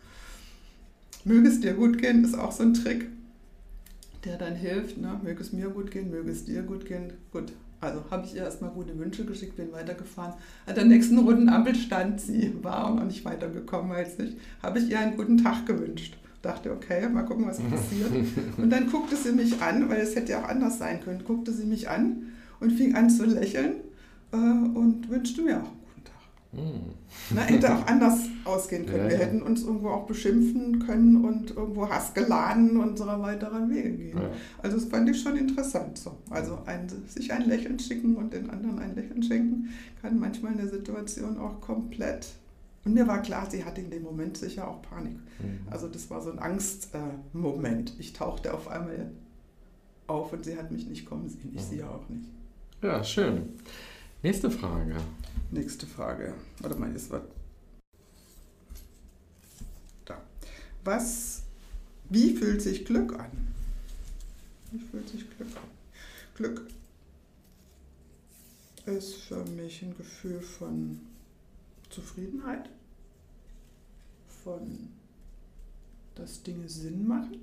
Möge es dir gut gehen, ist auch so ein Trick, der dann hilft. Ne? Möge es mir gut gehen, möge es dir gut gehen. Gut, also habe ich ihr erstmal gute Wünsche geschickt, bin weitergefahren. An der nächsten roten Ampel stand sie, war auch noch nicht weitergekommen als ich. Habe ich ihr einen guten Tag gewünscht. Dachte, okay, mal gucken, was passiert. Und dann guckte sie mich an, weil es hätte ja auch anders sein können, guckte sie mich an und fing an zu lächeln äh, und wünschte mir auch einen guten Tag. Na, hätte auch anders ausgehen können. Ja, Wir ja. hätten uns irgendwo auch beschimpfen können und irgendwo Hass geladen und unserer weiteren Wege gehen. Ja. Also das fand ich schon interessant. So. Also ein, sich ein Lächeln schicken und den anderen ein Lächeln schenken, kann manchmal eine Situation auch komplett... Und mir war klar, sie hatte in dem Moment sicher auch Panik. Mhm. Also das war so ein Angstmoment. Äh, ich tauchte auf einmal auf und sie hat mich nicht kommen sehen. Ich Mhm. sie auch nicht. Ja, schön. Nächste Frage. Nächste Frage. Warte mal, ist was. Da. Was, wie fühlt sich Glück an? Wie fühlt sich Glück an? Glück ist für mich ein Gefühl von Zufriedenheit, von, dass Dinge Sinn machen.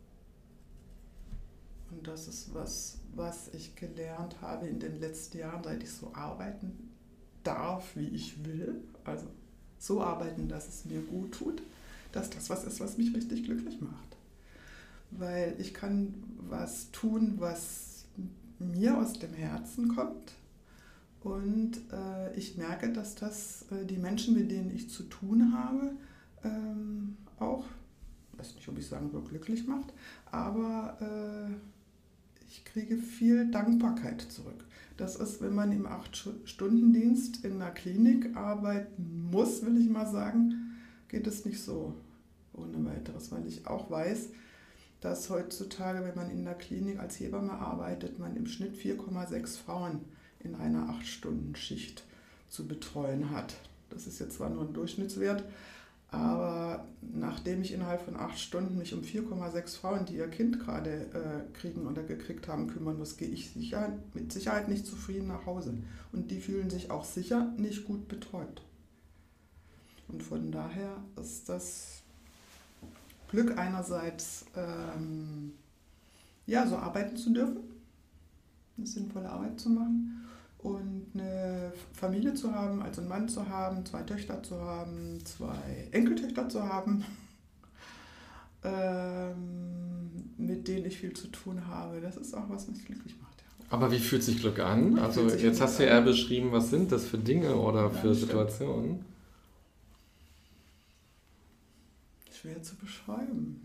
Und das ist was, was ich gelernt habe in den letzten Jahren, seit ich so arbeiten darf, wie ich will. Also so arbeiten, dass es mir gut tut, dass das was ist, was mich richtig glücklich macht. Weil ich kann was tun, was mir aus dem Herzen kommt. Und äh, ich merke, dass das äh, die Menschen, mit denen ich zu tun habe, ähm, auch, ich weiß nicht, ob ich sagen will, glücklich macht, aber äh, ich kriege viel Dankbarkeit zurück. Das ist, wenn man im acht-Stunden-Dienst in einer Klinik arbeiten muss, will ich mal sagen, geht es nicht so ohne weiteres, weil ich auch weiß, dass heutzutage, wenn man in der Klinik als Hebamme arbeitet, man im Schnitt vier Komma sechs Frauen in einer acht-Stunden-Schicht zu betreuen hat. Das ist jetzt zwar nur ein Durchschnittswert, aber nachdem ich innerhalb von acht Stunden mich um vier Komma sechs Frauen, die ihr Kind gerade äh, kriegen oder gekriegt haben, kümmern muss, gehe ich sicher, mit Sicherheit nicht zufrieden nach Hause. Und die fühlen sich auch sicher nicht gut betreut. Und von daher ist das Glück einerseits, ähm, ja, so arbeiten zu dürfen, eine sinnvolle Arbeit zu machen und eine Familie zu haben, also einen Mann zu haben, zwei Töchter zu haben, zwei Enkeltöchter zu haben, ähm, mit denen ich viel zu tun habe. Das ist auch was, was mich glücklich macht. Ja. Aber wie fühlt sich Glück an? Also sich jetzt Glück hast du ja eher beschrieben, was sind das für Dinge oder Ja, für stimmt. Situationen? Schwer zu beschreiben.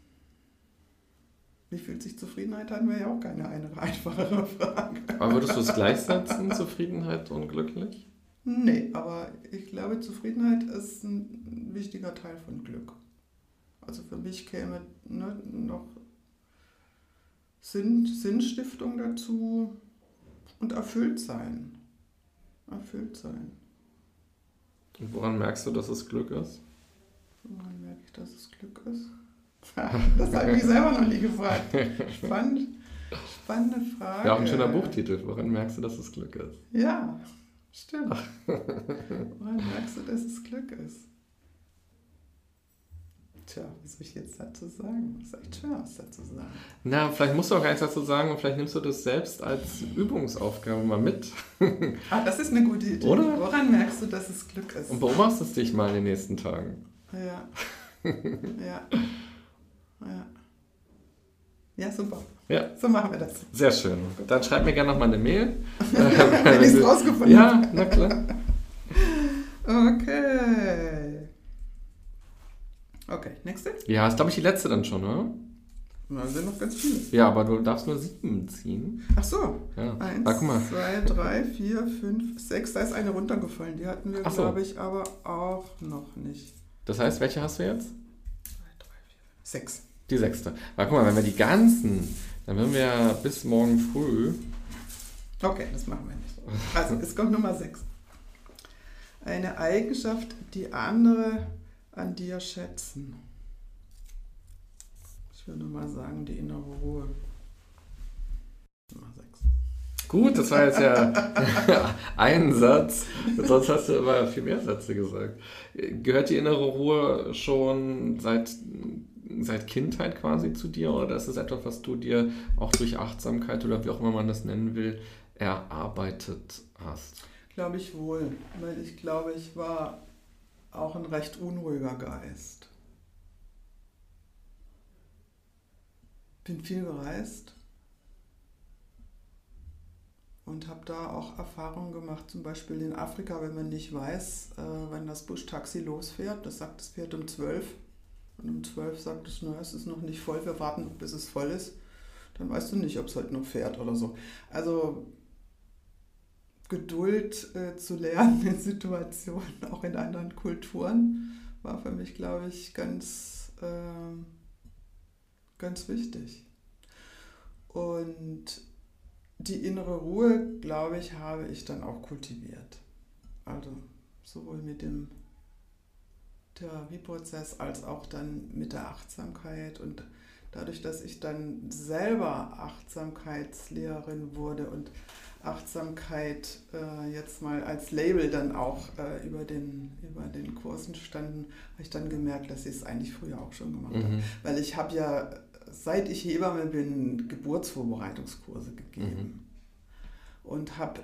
Wie fühlt sich Zufriedenheit an? Wäre ja auch keine eine einfachere Frage. Aber würdest du es gleichsetzen, Zufriedenheit und glücklich? Nee, aber ich glaube, Zufriedenheit ist ein wichtiger Teil von Glück. Also für mich käme ne, noch Sinn, Sinnstiftung dazu und erfüllt sein. Erfüllt sein. Und woran merkst du, dass es Glück ist? Woran merke ich, dass es Glück ist? Das habe ich mich selber noch nie gefragt. Spannend, spannende Frage. Ja, auch ein schöner Buchtitel. Woran merkst du, dass es Glück ist? Ja, stimmt. Woran merkst du, dass es Glück ist? Tja, was soll ich jetzt dazu sagen? Das ist echt schwer, was dazu zu sagen. Na, vielleicht musst du auch gar nichts dazu sagen und vielleicht nimmst du das selbst als Übungsaufgabe mal mit. Ah, das ist eine gute Idee. Oder? Woran merkst du, dass es Glück ist? Und beobachtest dich mal in den nächsten Tagen. Ja. Ja. Ja. Ja, super. Ja. So machen wir das. Sehr schön. Dann schreib mir gerne noch mal eine Mail. Wenn ich es rausgefunden Ja, habe. na klar. Okay. Okay, nächste? Ja, ist glaube ich die letzte dann schon, oder? Da sind noch ganz viele. Ja, aber du darfst nur sieben ziehen. Ach so. Ja. Eins, Ah, guck mal. zwei, drei, vier, fünf, sechs. Da ist eine runtergefallen. Die hatten wir, Ach so. glaube ich, aber auch noch nicht. Das heißt, welche hast du jetzt? Zwei, drei, vier, fünf, sechs. Die sechste. Aber guck mal, wenn wir die ganzen, dann würden wir ja bis morgen früh. Okay, das machen wir nicht. Also, es kommt Nummer sechs. Eine Eigenschaft, die andere an dir schätzen. Ich würde mal sagen, die innere Ruhe. Nummer sechs. Gut, das war jetzt ja ein Satz. Sonst hast du immer viel mehr Sätze gesagt. Gehört die innere Ruhe schon seit, seit Kindheit quasi zu dir oder ist es etwas, was du dir auch durch Achtsamkeit oder wie auch immer man das nennen will, erarbeitet hast? Glaube ich wohl, weil ich glaube, ich war auch ein recht unruhiger Geist. Bin viel gereist und habe da auch Erfahrungen gemacht, zum Beispiel in Afrika, wenn man nicht weiß, äh, wann das Buschtaxi losfährt, das sagt, es fährt um zwölf und um zwölf sagt es, naja, es ist noch nicht voll, wir warten, bis es voll ist, dann weißt du nicht, ob es heute noch fährt oder so. Also Geduld äh, zu lernen in Situationen, auch in anderen Kulturen, war für mich, glaube ich, ganz, äh, ganz wichtig. Und die innere Ruhe, glaube ich, habe ich dann auch kultiviert. Also sowohl mit dem Therapieprozess als auch dann mit der Achtsamkeit. Und dadurch, dass ich dann selber Achtsamkeitslehrerin wurde und Achtsamkeit äh, jetzt mal als Label dann auch äh, über, den, über den Kursen standen, habe ich dann gemerkt, dass ich es eigentlich früher auch schon gemacht mhm. habe. Weil ich habe ja, seit ich Hebamme bin, Geburtsvorbereitungskurse gegeben mhm. und habe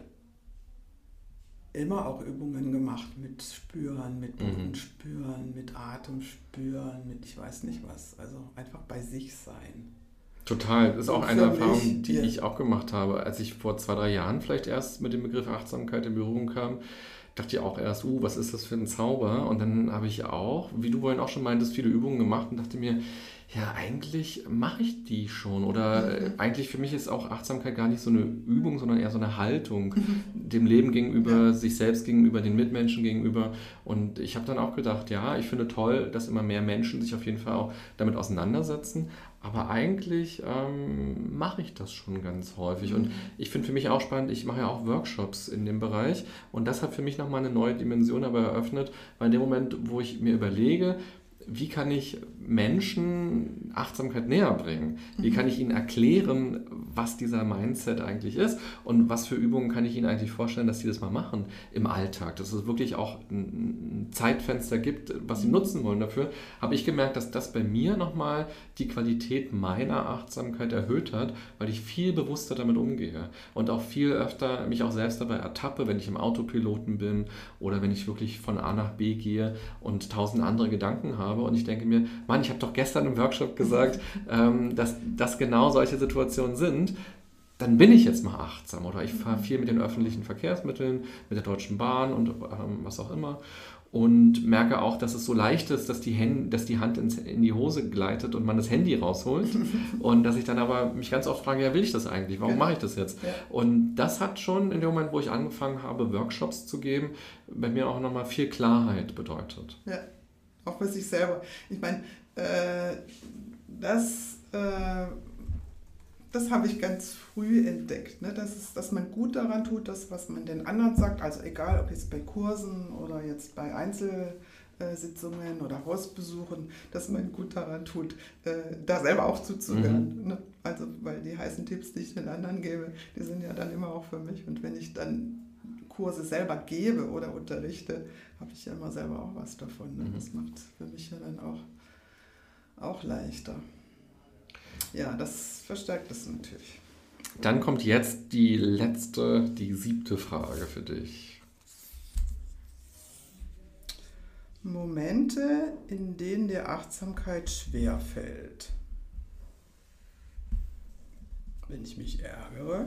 immer auch Übungen gemacht mit Spüren, mit Boden mhm. spüren, mit Atem spüren, mit ich weiß nicht was. Also einfach bei sich sein. Total. Das ist auch eine Erfahrung, die ich auch gemacht habe. Als ich vor zwei, drei Jahren vielleicht erst mit dem Begriff Achtsamkeit in Berührung kam, dachte ich auch erst, uh, was ist das für ein Zauber? Und dann habe ich auch, wie du vorhin auch schon meintest, viele Übungen gemacht und dachte mir, ja, eigentlich mache ich die schon. Oder mhm. eigentlich für mich ist auch Achtsamkeit gar nicht so eine Übung, sondern eher so eine Haltung mhm. dem Leben gegenüber, ja. sich selbst gegenüber, den Mitmenschen gegenüber. Und ich habe dann auch gedacht, ja, ich finde toll, dass immer mehr Menschen sich auf jeden Fall auch damit auseinandersetzen. Aber eigentlich ähm, mache ich das schon ganz häufig. Mhm. Und ich finde für mich auch spannend, ich mache ja auch Workshops in dem Bereich. Und das hat für mich nochmal eine neue Dimension aber eröffnet, weil in dem Moment, wo ich mir überlege, wie kann ich Menschen Achtsamkeit näher bringen? Wie kann ich ihnen erklären, was dieser Mindset eigentlich ist und was für Übungen kann ich ihnen eigentlich vorstellen, dass sie das mal machen im Alltag? Dass es wirklich auch ein Zeitfenster gibt, was sie nutzen wollen dafür, habe ich gemerkt, dass das bei mir nochmal die Qualität meiner Achtsamkeit erhöht hat, weil ich viel bewusster damit umgehe und auch viel öfter mich auch selbst dabei ertappe, wenn ich im Autopiloten bin oder wenn ich wirklich von A nach B gehe und tausend andere Gedanken habe. Und ich denke mir, Mann, ich habe doch gestern im Workshop gesagt, ähm, dass das genau solche Situationen sind. Dann bin ich jetzt mal achtsam. Oder ich fahre viel mit den öffentlichen Verkehrsmitteln, mit der Deutschen Bahn und ähm, was auch immer. Und merke auch, dass es so leicht ist, dass die, Hand, dass die Hand ins, in die Hose gleitet und man das Handy rausholt. Und dass ich dann aber mich ganz oft frage, ja, will ich das eigentlich? Warum mache ich das jetzt? Ja. Und das hat schon in dem Moment, wo ich angefangen habe, Workshops zu geben, bei mir auch nochmal viel Klarheit bedeutet. Ja. Auch für sich selber. Ich meine, äh, das, äh, das habe ich ganz früh entdeckt, ne? dass, es, dass man gut daran tut, das, was man den anderen sagt, also egal, ob jetzt bei Kursen oder jetzt bei Einzelsitzungen oder Hausbesuchen, dass man gut daran tut, äh, da selber auch zuzuhören. Mhm. Ne? Also, weil die heißen Tipps, die ich den anderen gebe, die sind ja dann immer auch für mich. Und wenn ich dann Kurse selber gebe oder unterrichte, habe ich ja immer selber auch was davon. Ne? Mhm. Das macht für mich ja dann auch, auch leichter. Ja, das verstärkt es natürlich. Dann kommt jetzt die letzte, die siebte Frage für dich. Momente, in denen dir Achtsamkeit schwerfällt. Wenn ich mich ärgere.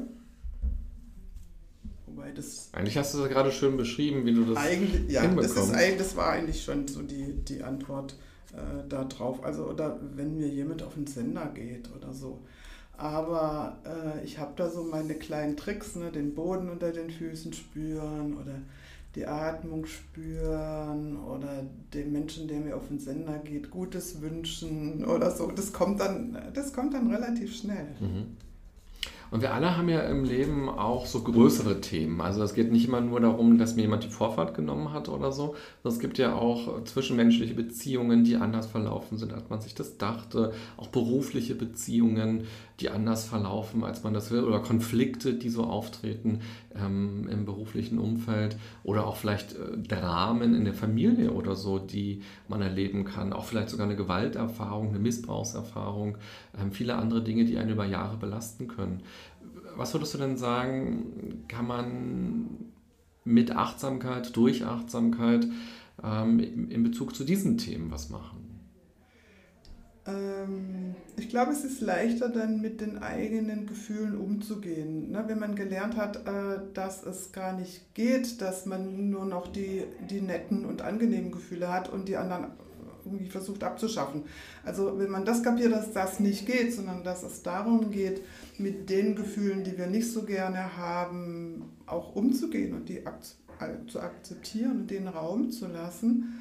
Wobei das eigentlich hast du das gerade schön beschrieben, wie du das eigentlich, ja, hinbekommst. Das, ist, das war eigentlich schon so die, die Antwort äh, da drauf. Also, oder wenn mir jemand auf den Sender geht oder so. Aber äh, ich habe da so meine kleinen Tricks, ne, den Boden unter den Füßen spüren oder die Atmung spüren oder dem Menschen, der mir auf den Sender geht, Gutes wünschen oder so. Das kommt dann, das kommt dann relativ schnell. Mhm. Und wir alle haben ja im Leben auch so größere Themen. Also es geht nicht immer nur darum, dass mir jemand die Vorfahrt genommen hat oder so, sondern es gibt ja auch zwischenmenschliche Beziehungen, die anders verlaufen sind, als man sich das dachte. Auch berufliche Beziehungen, die anders verlaufen, als man das will. Oder Konflikte, die so auftreten ähm, im beruflichen Umfeld. Oder auch vielleicht äh, Dramen in der Familie oder so, die man erleben kann. Auch vielleicht sogar eine Gewalterfahrung, eine Missbrauchserfahrung. Ähm, viele andere Dinge, die einen über Jahre belasten können. Was würdest du denn sagen, kann man mit Achtsamkeit, durch Achtsamkeit ähm, in Bezug zu diesen Themen was machen? Ähm, ich glaube, es ist leichter dann mit den eigenen Gefühlen umzugehen. Ne? Wenn man gelernt hat, äh, dass es gar nicht geht, dass man nur noch die, die netten und angenehmen Gefühle hat und die anderen irgendwie versucht abzuschaffen. Also wenn man das kapiert, dass das nicht geht, sondern dass es darum geht, mit den Gefühlen, die wir nicht so gerne haben, auch umzugehen und die ak- zu akzeptieren und den Raum zu lassen,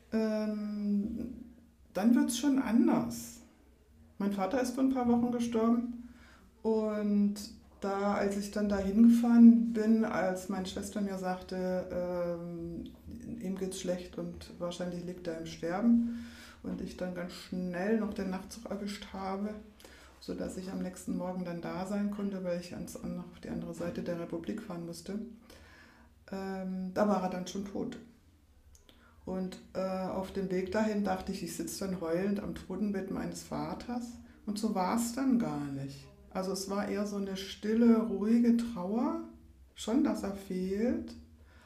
ähm, dann wird es schon anders. Mein Vater ist vor ein paar Wochen gestorben und da, als ich dann da hingefahren bin, als meine Schwester mir sagte, ähm, ihm geht's schlecht und wahrscheinlich liegt er im Sterben und ich dann ganz schnell noch den Nachtzug erwischt habe, sodass ich am nächsten Morgen dann da sein konnte, weil ich ans, auf die andere Seite der Republik fahren musste, ähm, da war er dann schon tot. Und äh, auf dem Weg dahin dachte ich, ich sitze dann heulend am Totenbett meines Vaters. Und so war es dann gar nicht. Also es war eher so eine stille, ruhige Trauer. Schon, dass er fehlt.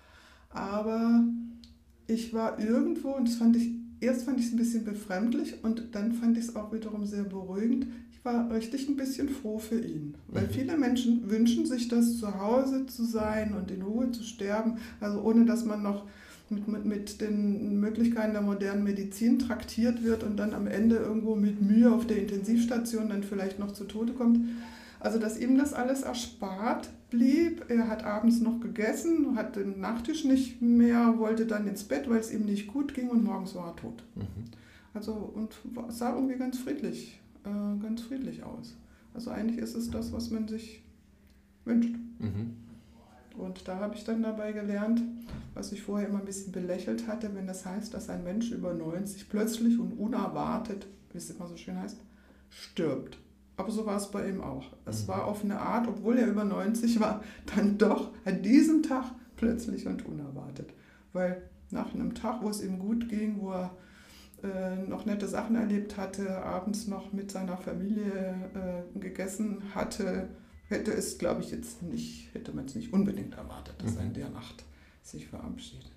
Aber ich war irgendwo, und das fand ich, erst fand ich es ein bisschen befremdlich und dann fand ich es auch wiederum sehr beruhigend. Ich war richtig ein bisschen froh für ihn. Weil viele Menschen wünschen sich das, zu Hause zu sein und in Ruhe zu sterben. Also ohne, dass man noch Mit, mit, mit den Möglichkeiten der modernen Medizin traktiert wird und dann am Ende irgendwo mit Mühe auf der Intensivstation dann vielleicht noch zu Tode kommt. Also dass ihm das alles erspart blieb. Er hat abends noch gegessen, hat den Nachtisch nicht mehr, wollte dann ins Bett, weil es ihm nicht gut ging und morgens war er tot. Mhm. Also und sah irgendwie ganz friedlich, äh, ganz friedlich aus. Also eigentlich ist es das, was man sich wünscht. Mhm. Und da habe ich dann dabei gelernt, was ich vorher immer ein bisschen belächelt hatte, wenn das heißt, dass ein Mensch über neunzig plötzlich und unerwartet, wie es immer so schön heißt, stirbt. Aber so war es bei ihm auch. Es war auf eine Art, obwohl er über neunzig war, dann doch an diesem Tag plötzlich und unerwartet. Weil nach einem Tag, wo es ihm gut ging, wo er äh, noch nette Sachen erlebt hatte, abends noch mit seiner Familie äh, gegessen hatte, hätte es, glaube ich, jetzt nicht, hätte man es nicht unbedingt erwartet, dass er in der Nacht sich verabschiedet.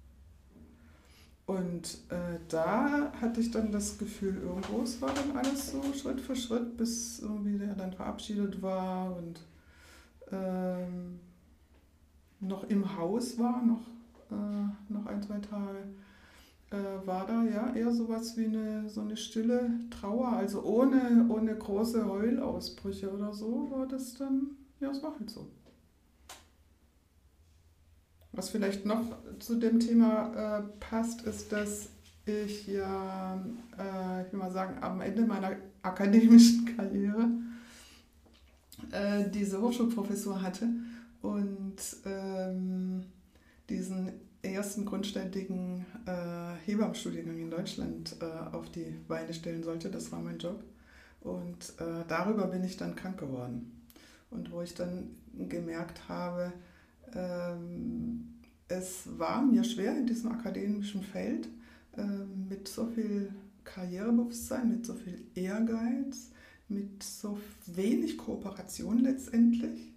Und äh, da hatte ich dann das Gefühl, irgendwo, es war dann alles so Schritt für Schritt, bis irgendwie der dann verabschiedet war und ähm, noch im Haus war, noch, äh, noch ein, zwei Tage, äh, war da ja eher sowas wie eine, so eine stille Trauer, also ohne, ohne große Heulausbrüche oder so, war das dann, ja, es war halt so. Was vielleicht noch zu dem Thema äh, passt, ist, dass ich ja, äh, ich will mal sagen, am Ende meiner akademischen Karriere äh, diese Hochschulprofessur hatte und ähm, diesen ersten grundständigen äh, Hebammenstudiengang in Deutschland äh, auf die Beine stellen sollte. Das war mein Job. Und äh, darüber bin ich dann krank geworden. Und wo ich dann gemerkt habe, ähm, es war mir schwer in diesem akademischen Feld äh, mit so viel Karrierebewusstsein, mit so viel Ehrgeiz, mit so wenig Kooperation letztendlich.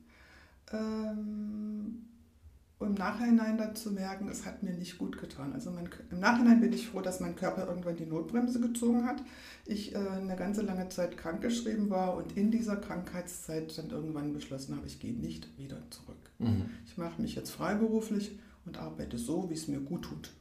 Ähm, Und im Nachhinein dann zu merken, es hat mir nicht gut getan. Also mein, im Nachhinein bin ich froh, dass mein Körper irgendwann die Notbremse gezogen hat. Ich äh, eine ganze lange Zeit krankgeschrieben war und in dieser Krankheitszeit dann irgendwann beschlossen habe, ich gehe nicht wieder zurück. Mhm. Ich mache mich jetzt freiberuflich und arbeite so, wie es mir gut tut.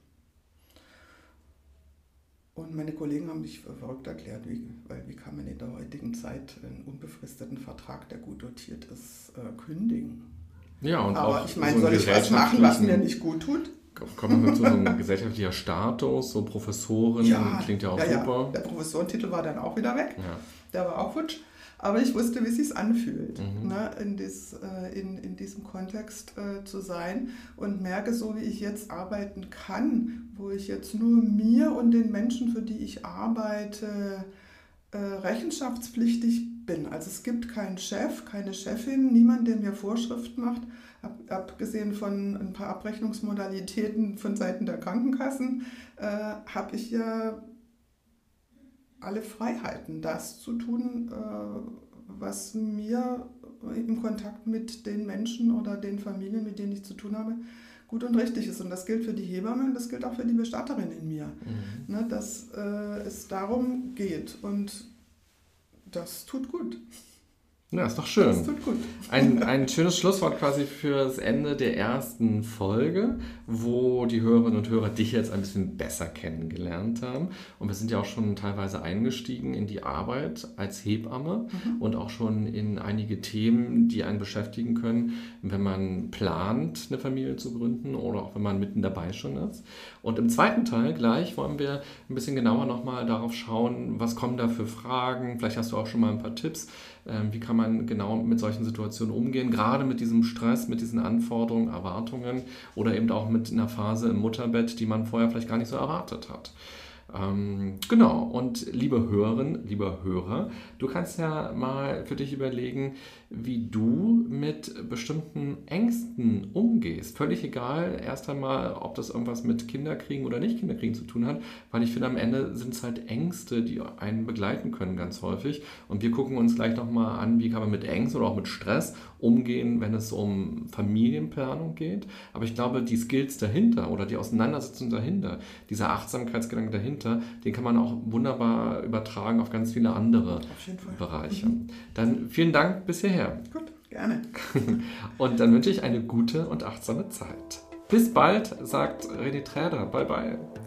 Und meine Kollegen haben mich für verrückt erklärt, wie, weil wie kann man in der heutigen Zeit einen unbefristeten Vertrag, der gut dotiert ist, äh, kündigen? Ja, und aber auch ich meine, so soll ich was machen, was mir nicht gut tut? Kommen wir zu so einem gesellschaftlicher Status, so Professorin, ja, klingt ja auch ja, super. Ja. Der Professorentitel war dann auch wieder weg, ja. Der war auch futsch, aber ich wusste, wie es sich anfühlt, mhm. ne, in, dies, äh, in, in diesem Kontext äh, zu sein und merke, so wie ich jetzt arbeiten kann, wo ich jetzt nur mir und den Menschen, für die ich arbeite, äh, rechenschaftspflichtig bin. Also es gibt keinen Chef, keine Chefin, niemand, der mir Vorschriften macht, ab, abgesehen von ein paar Abrechnungsmodalitäten von Seiten der Krankenkassen, äh, habe ich ja alle Freiheiten, das zu tun, äh, was mir im Kontakt mit den Menschen oder den Familien, mit denen ich zu tun habe, gut und richtig ist. Und das gilt für die Hebamme, das gilt auch für die Bestatterin in mir, mhm. ne, dass äh, es darum geht. Und das tut gut. Ja, ist doch schön. Das tut gut. Ein, ein schönes Schlusswort quasi für das Ende der ersten Folge, wo die Hörerinnen und Hörer dich jetzt ein bisschen besser kennengelernt haben. Und wir sind ja auch schon teilweise eingestiegen in die Arbeit als Hebamme mhm. und auch schon in einige Themen, die einen beschäftigen können, wenn man plant, eine Familie zu gründen oder auch wenn man mitten dabei schon ist. Und im zweiten Teil gleich wollen wir ein bisschen genauer nochmal darauf schauen, was kommen da für Fragen. Vielleicht hast du auch schon mal ein paar Tipps. Wie kann man genau mit solchen Situationen umgehen, gerade mit diesem Stress, mit diesen Anforderungen, Erwartungen oder eben auch mit einer Phase im Mutterbett, die man vorher vielleicht gar nicht so erwartet hat. Ähm, genau, und liebe Hörerinnen, lieber Hörer, du kannst ja mal für dich überlegen, wie du mit bestimmten Ängsten umgehst. Völlig egal, erst einmal, ob das irgendwas mit Kinderkriegen oder nicht Kinderkriegen zu tun hat, weil ich finde, am Ende sind es halt Ängste, die einen begleiten können ganz häufig. Und wir gucken uns gleich nochmal an, wie kann man mit Ängsten oder auch mit Stress umgehen, wenn es um Familienplanung geht. Aber ich glaube, die Skills dahinter oder die Auseinandersetzung dahinter, dieser Achtsamkeitsgedanke dahinter, den kann man auch wunderbar übertragen auf ganz viele andere Bereiche. Mhm. Dann vielen Dank bis hierher. Gut, gerne. Und dann wünsche ich eine gute und achtsame Zeit. Bis bald, sagt René Träder. Bye, bye.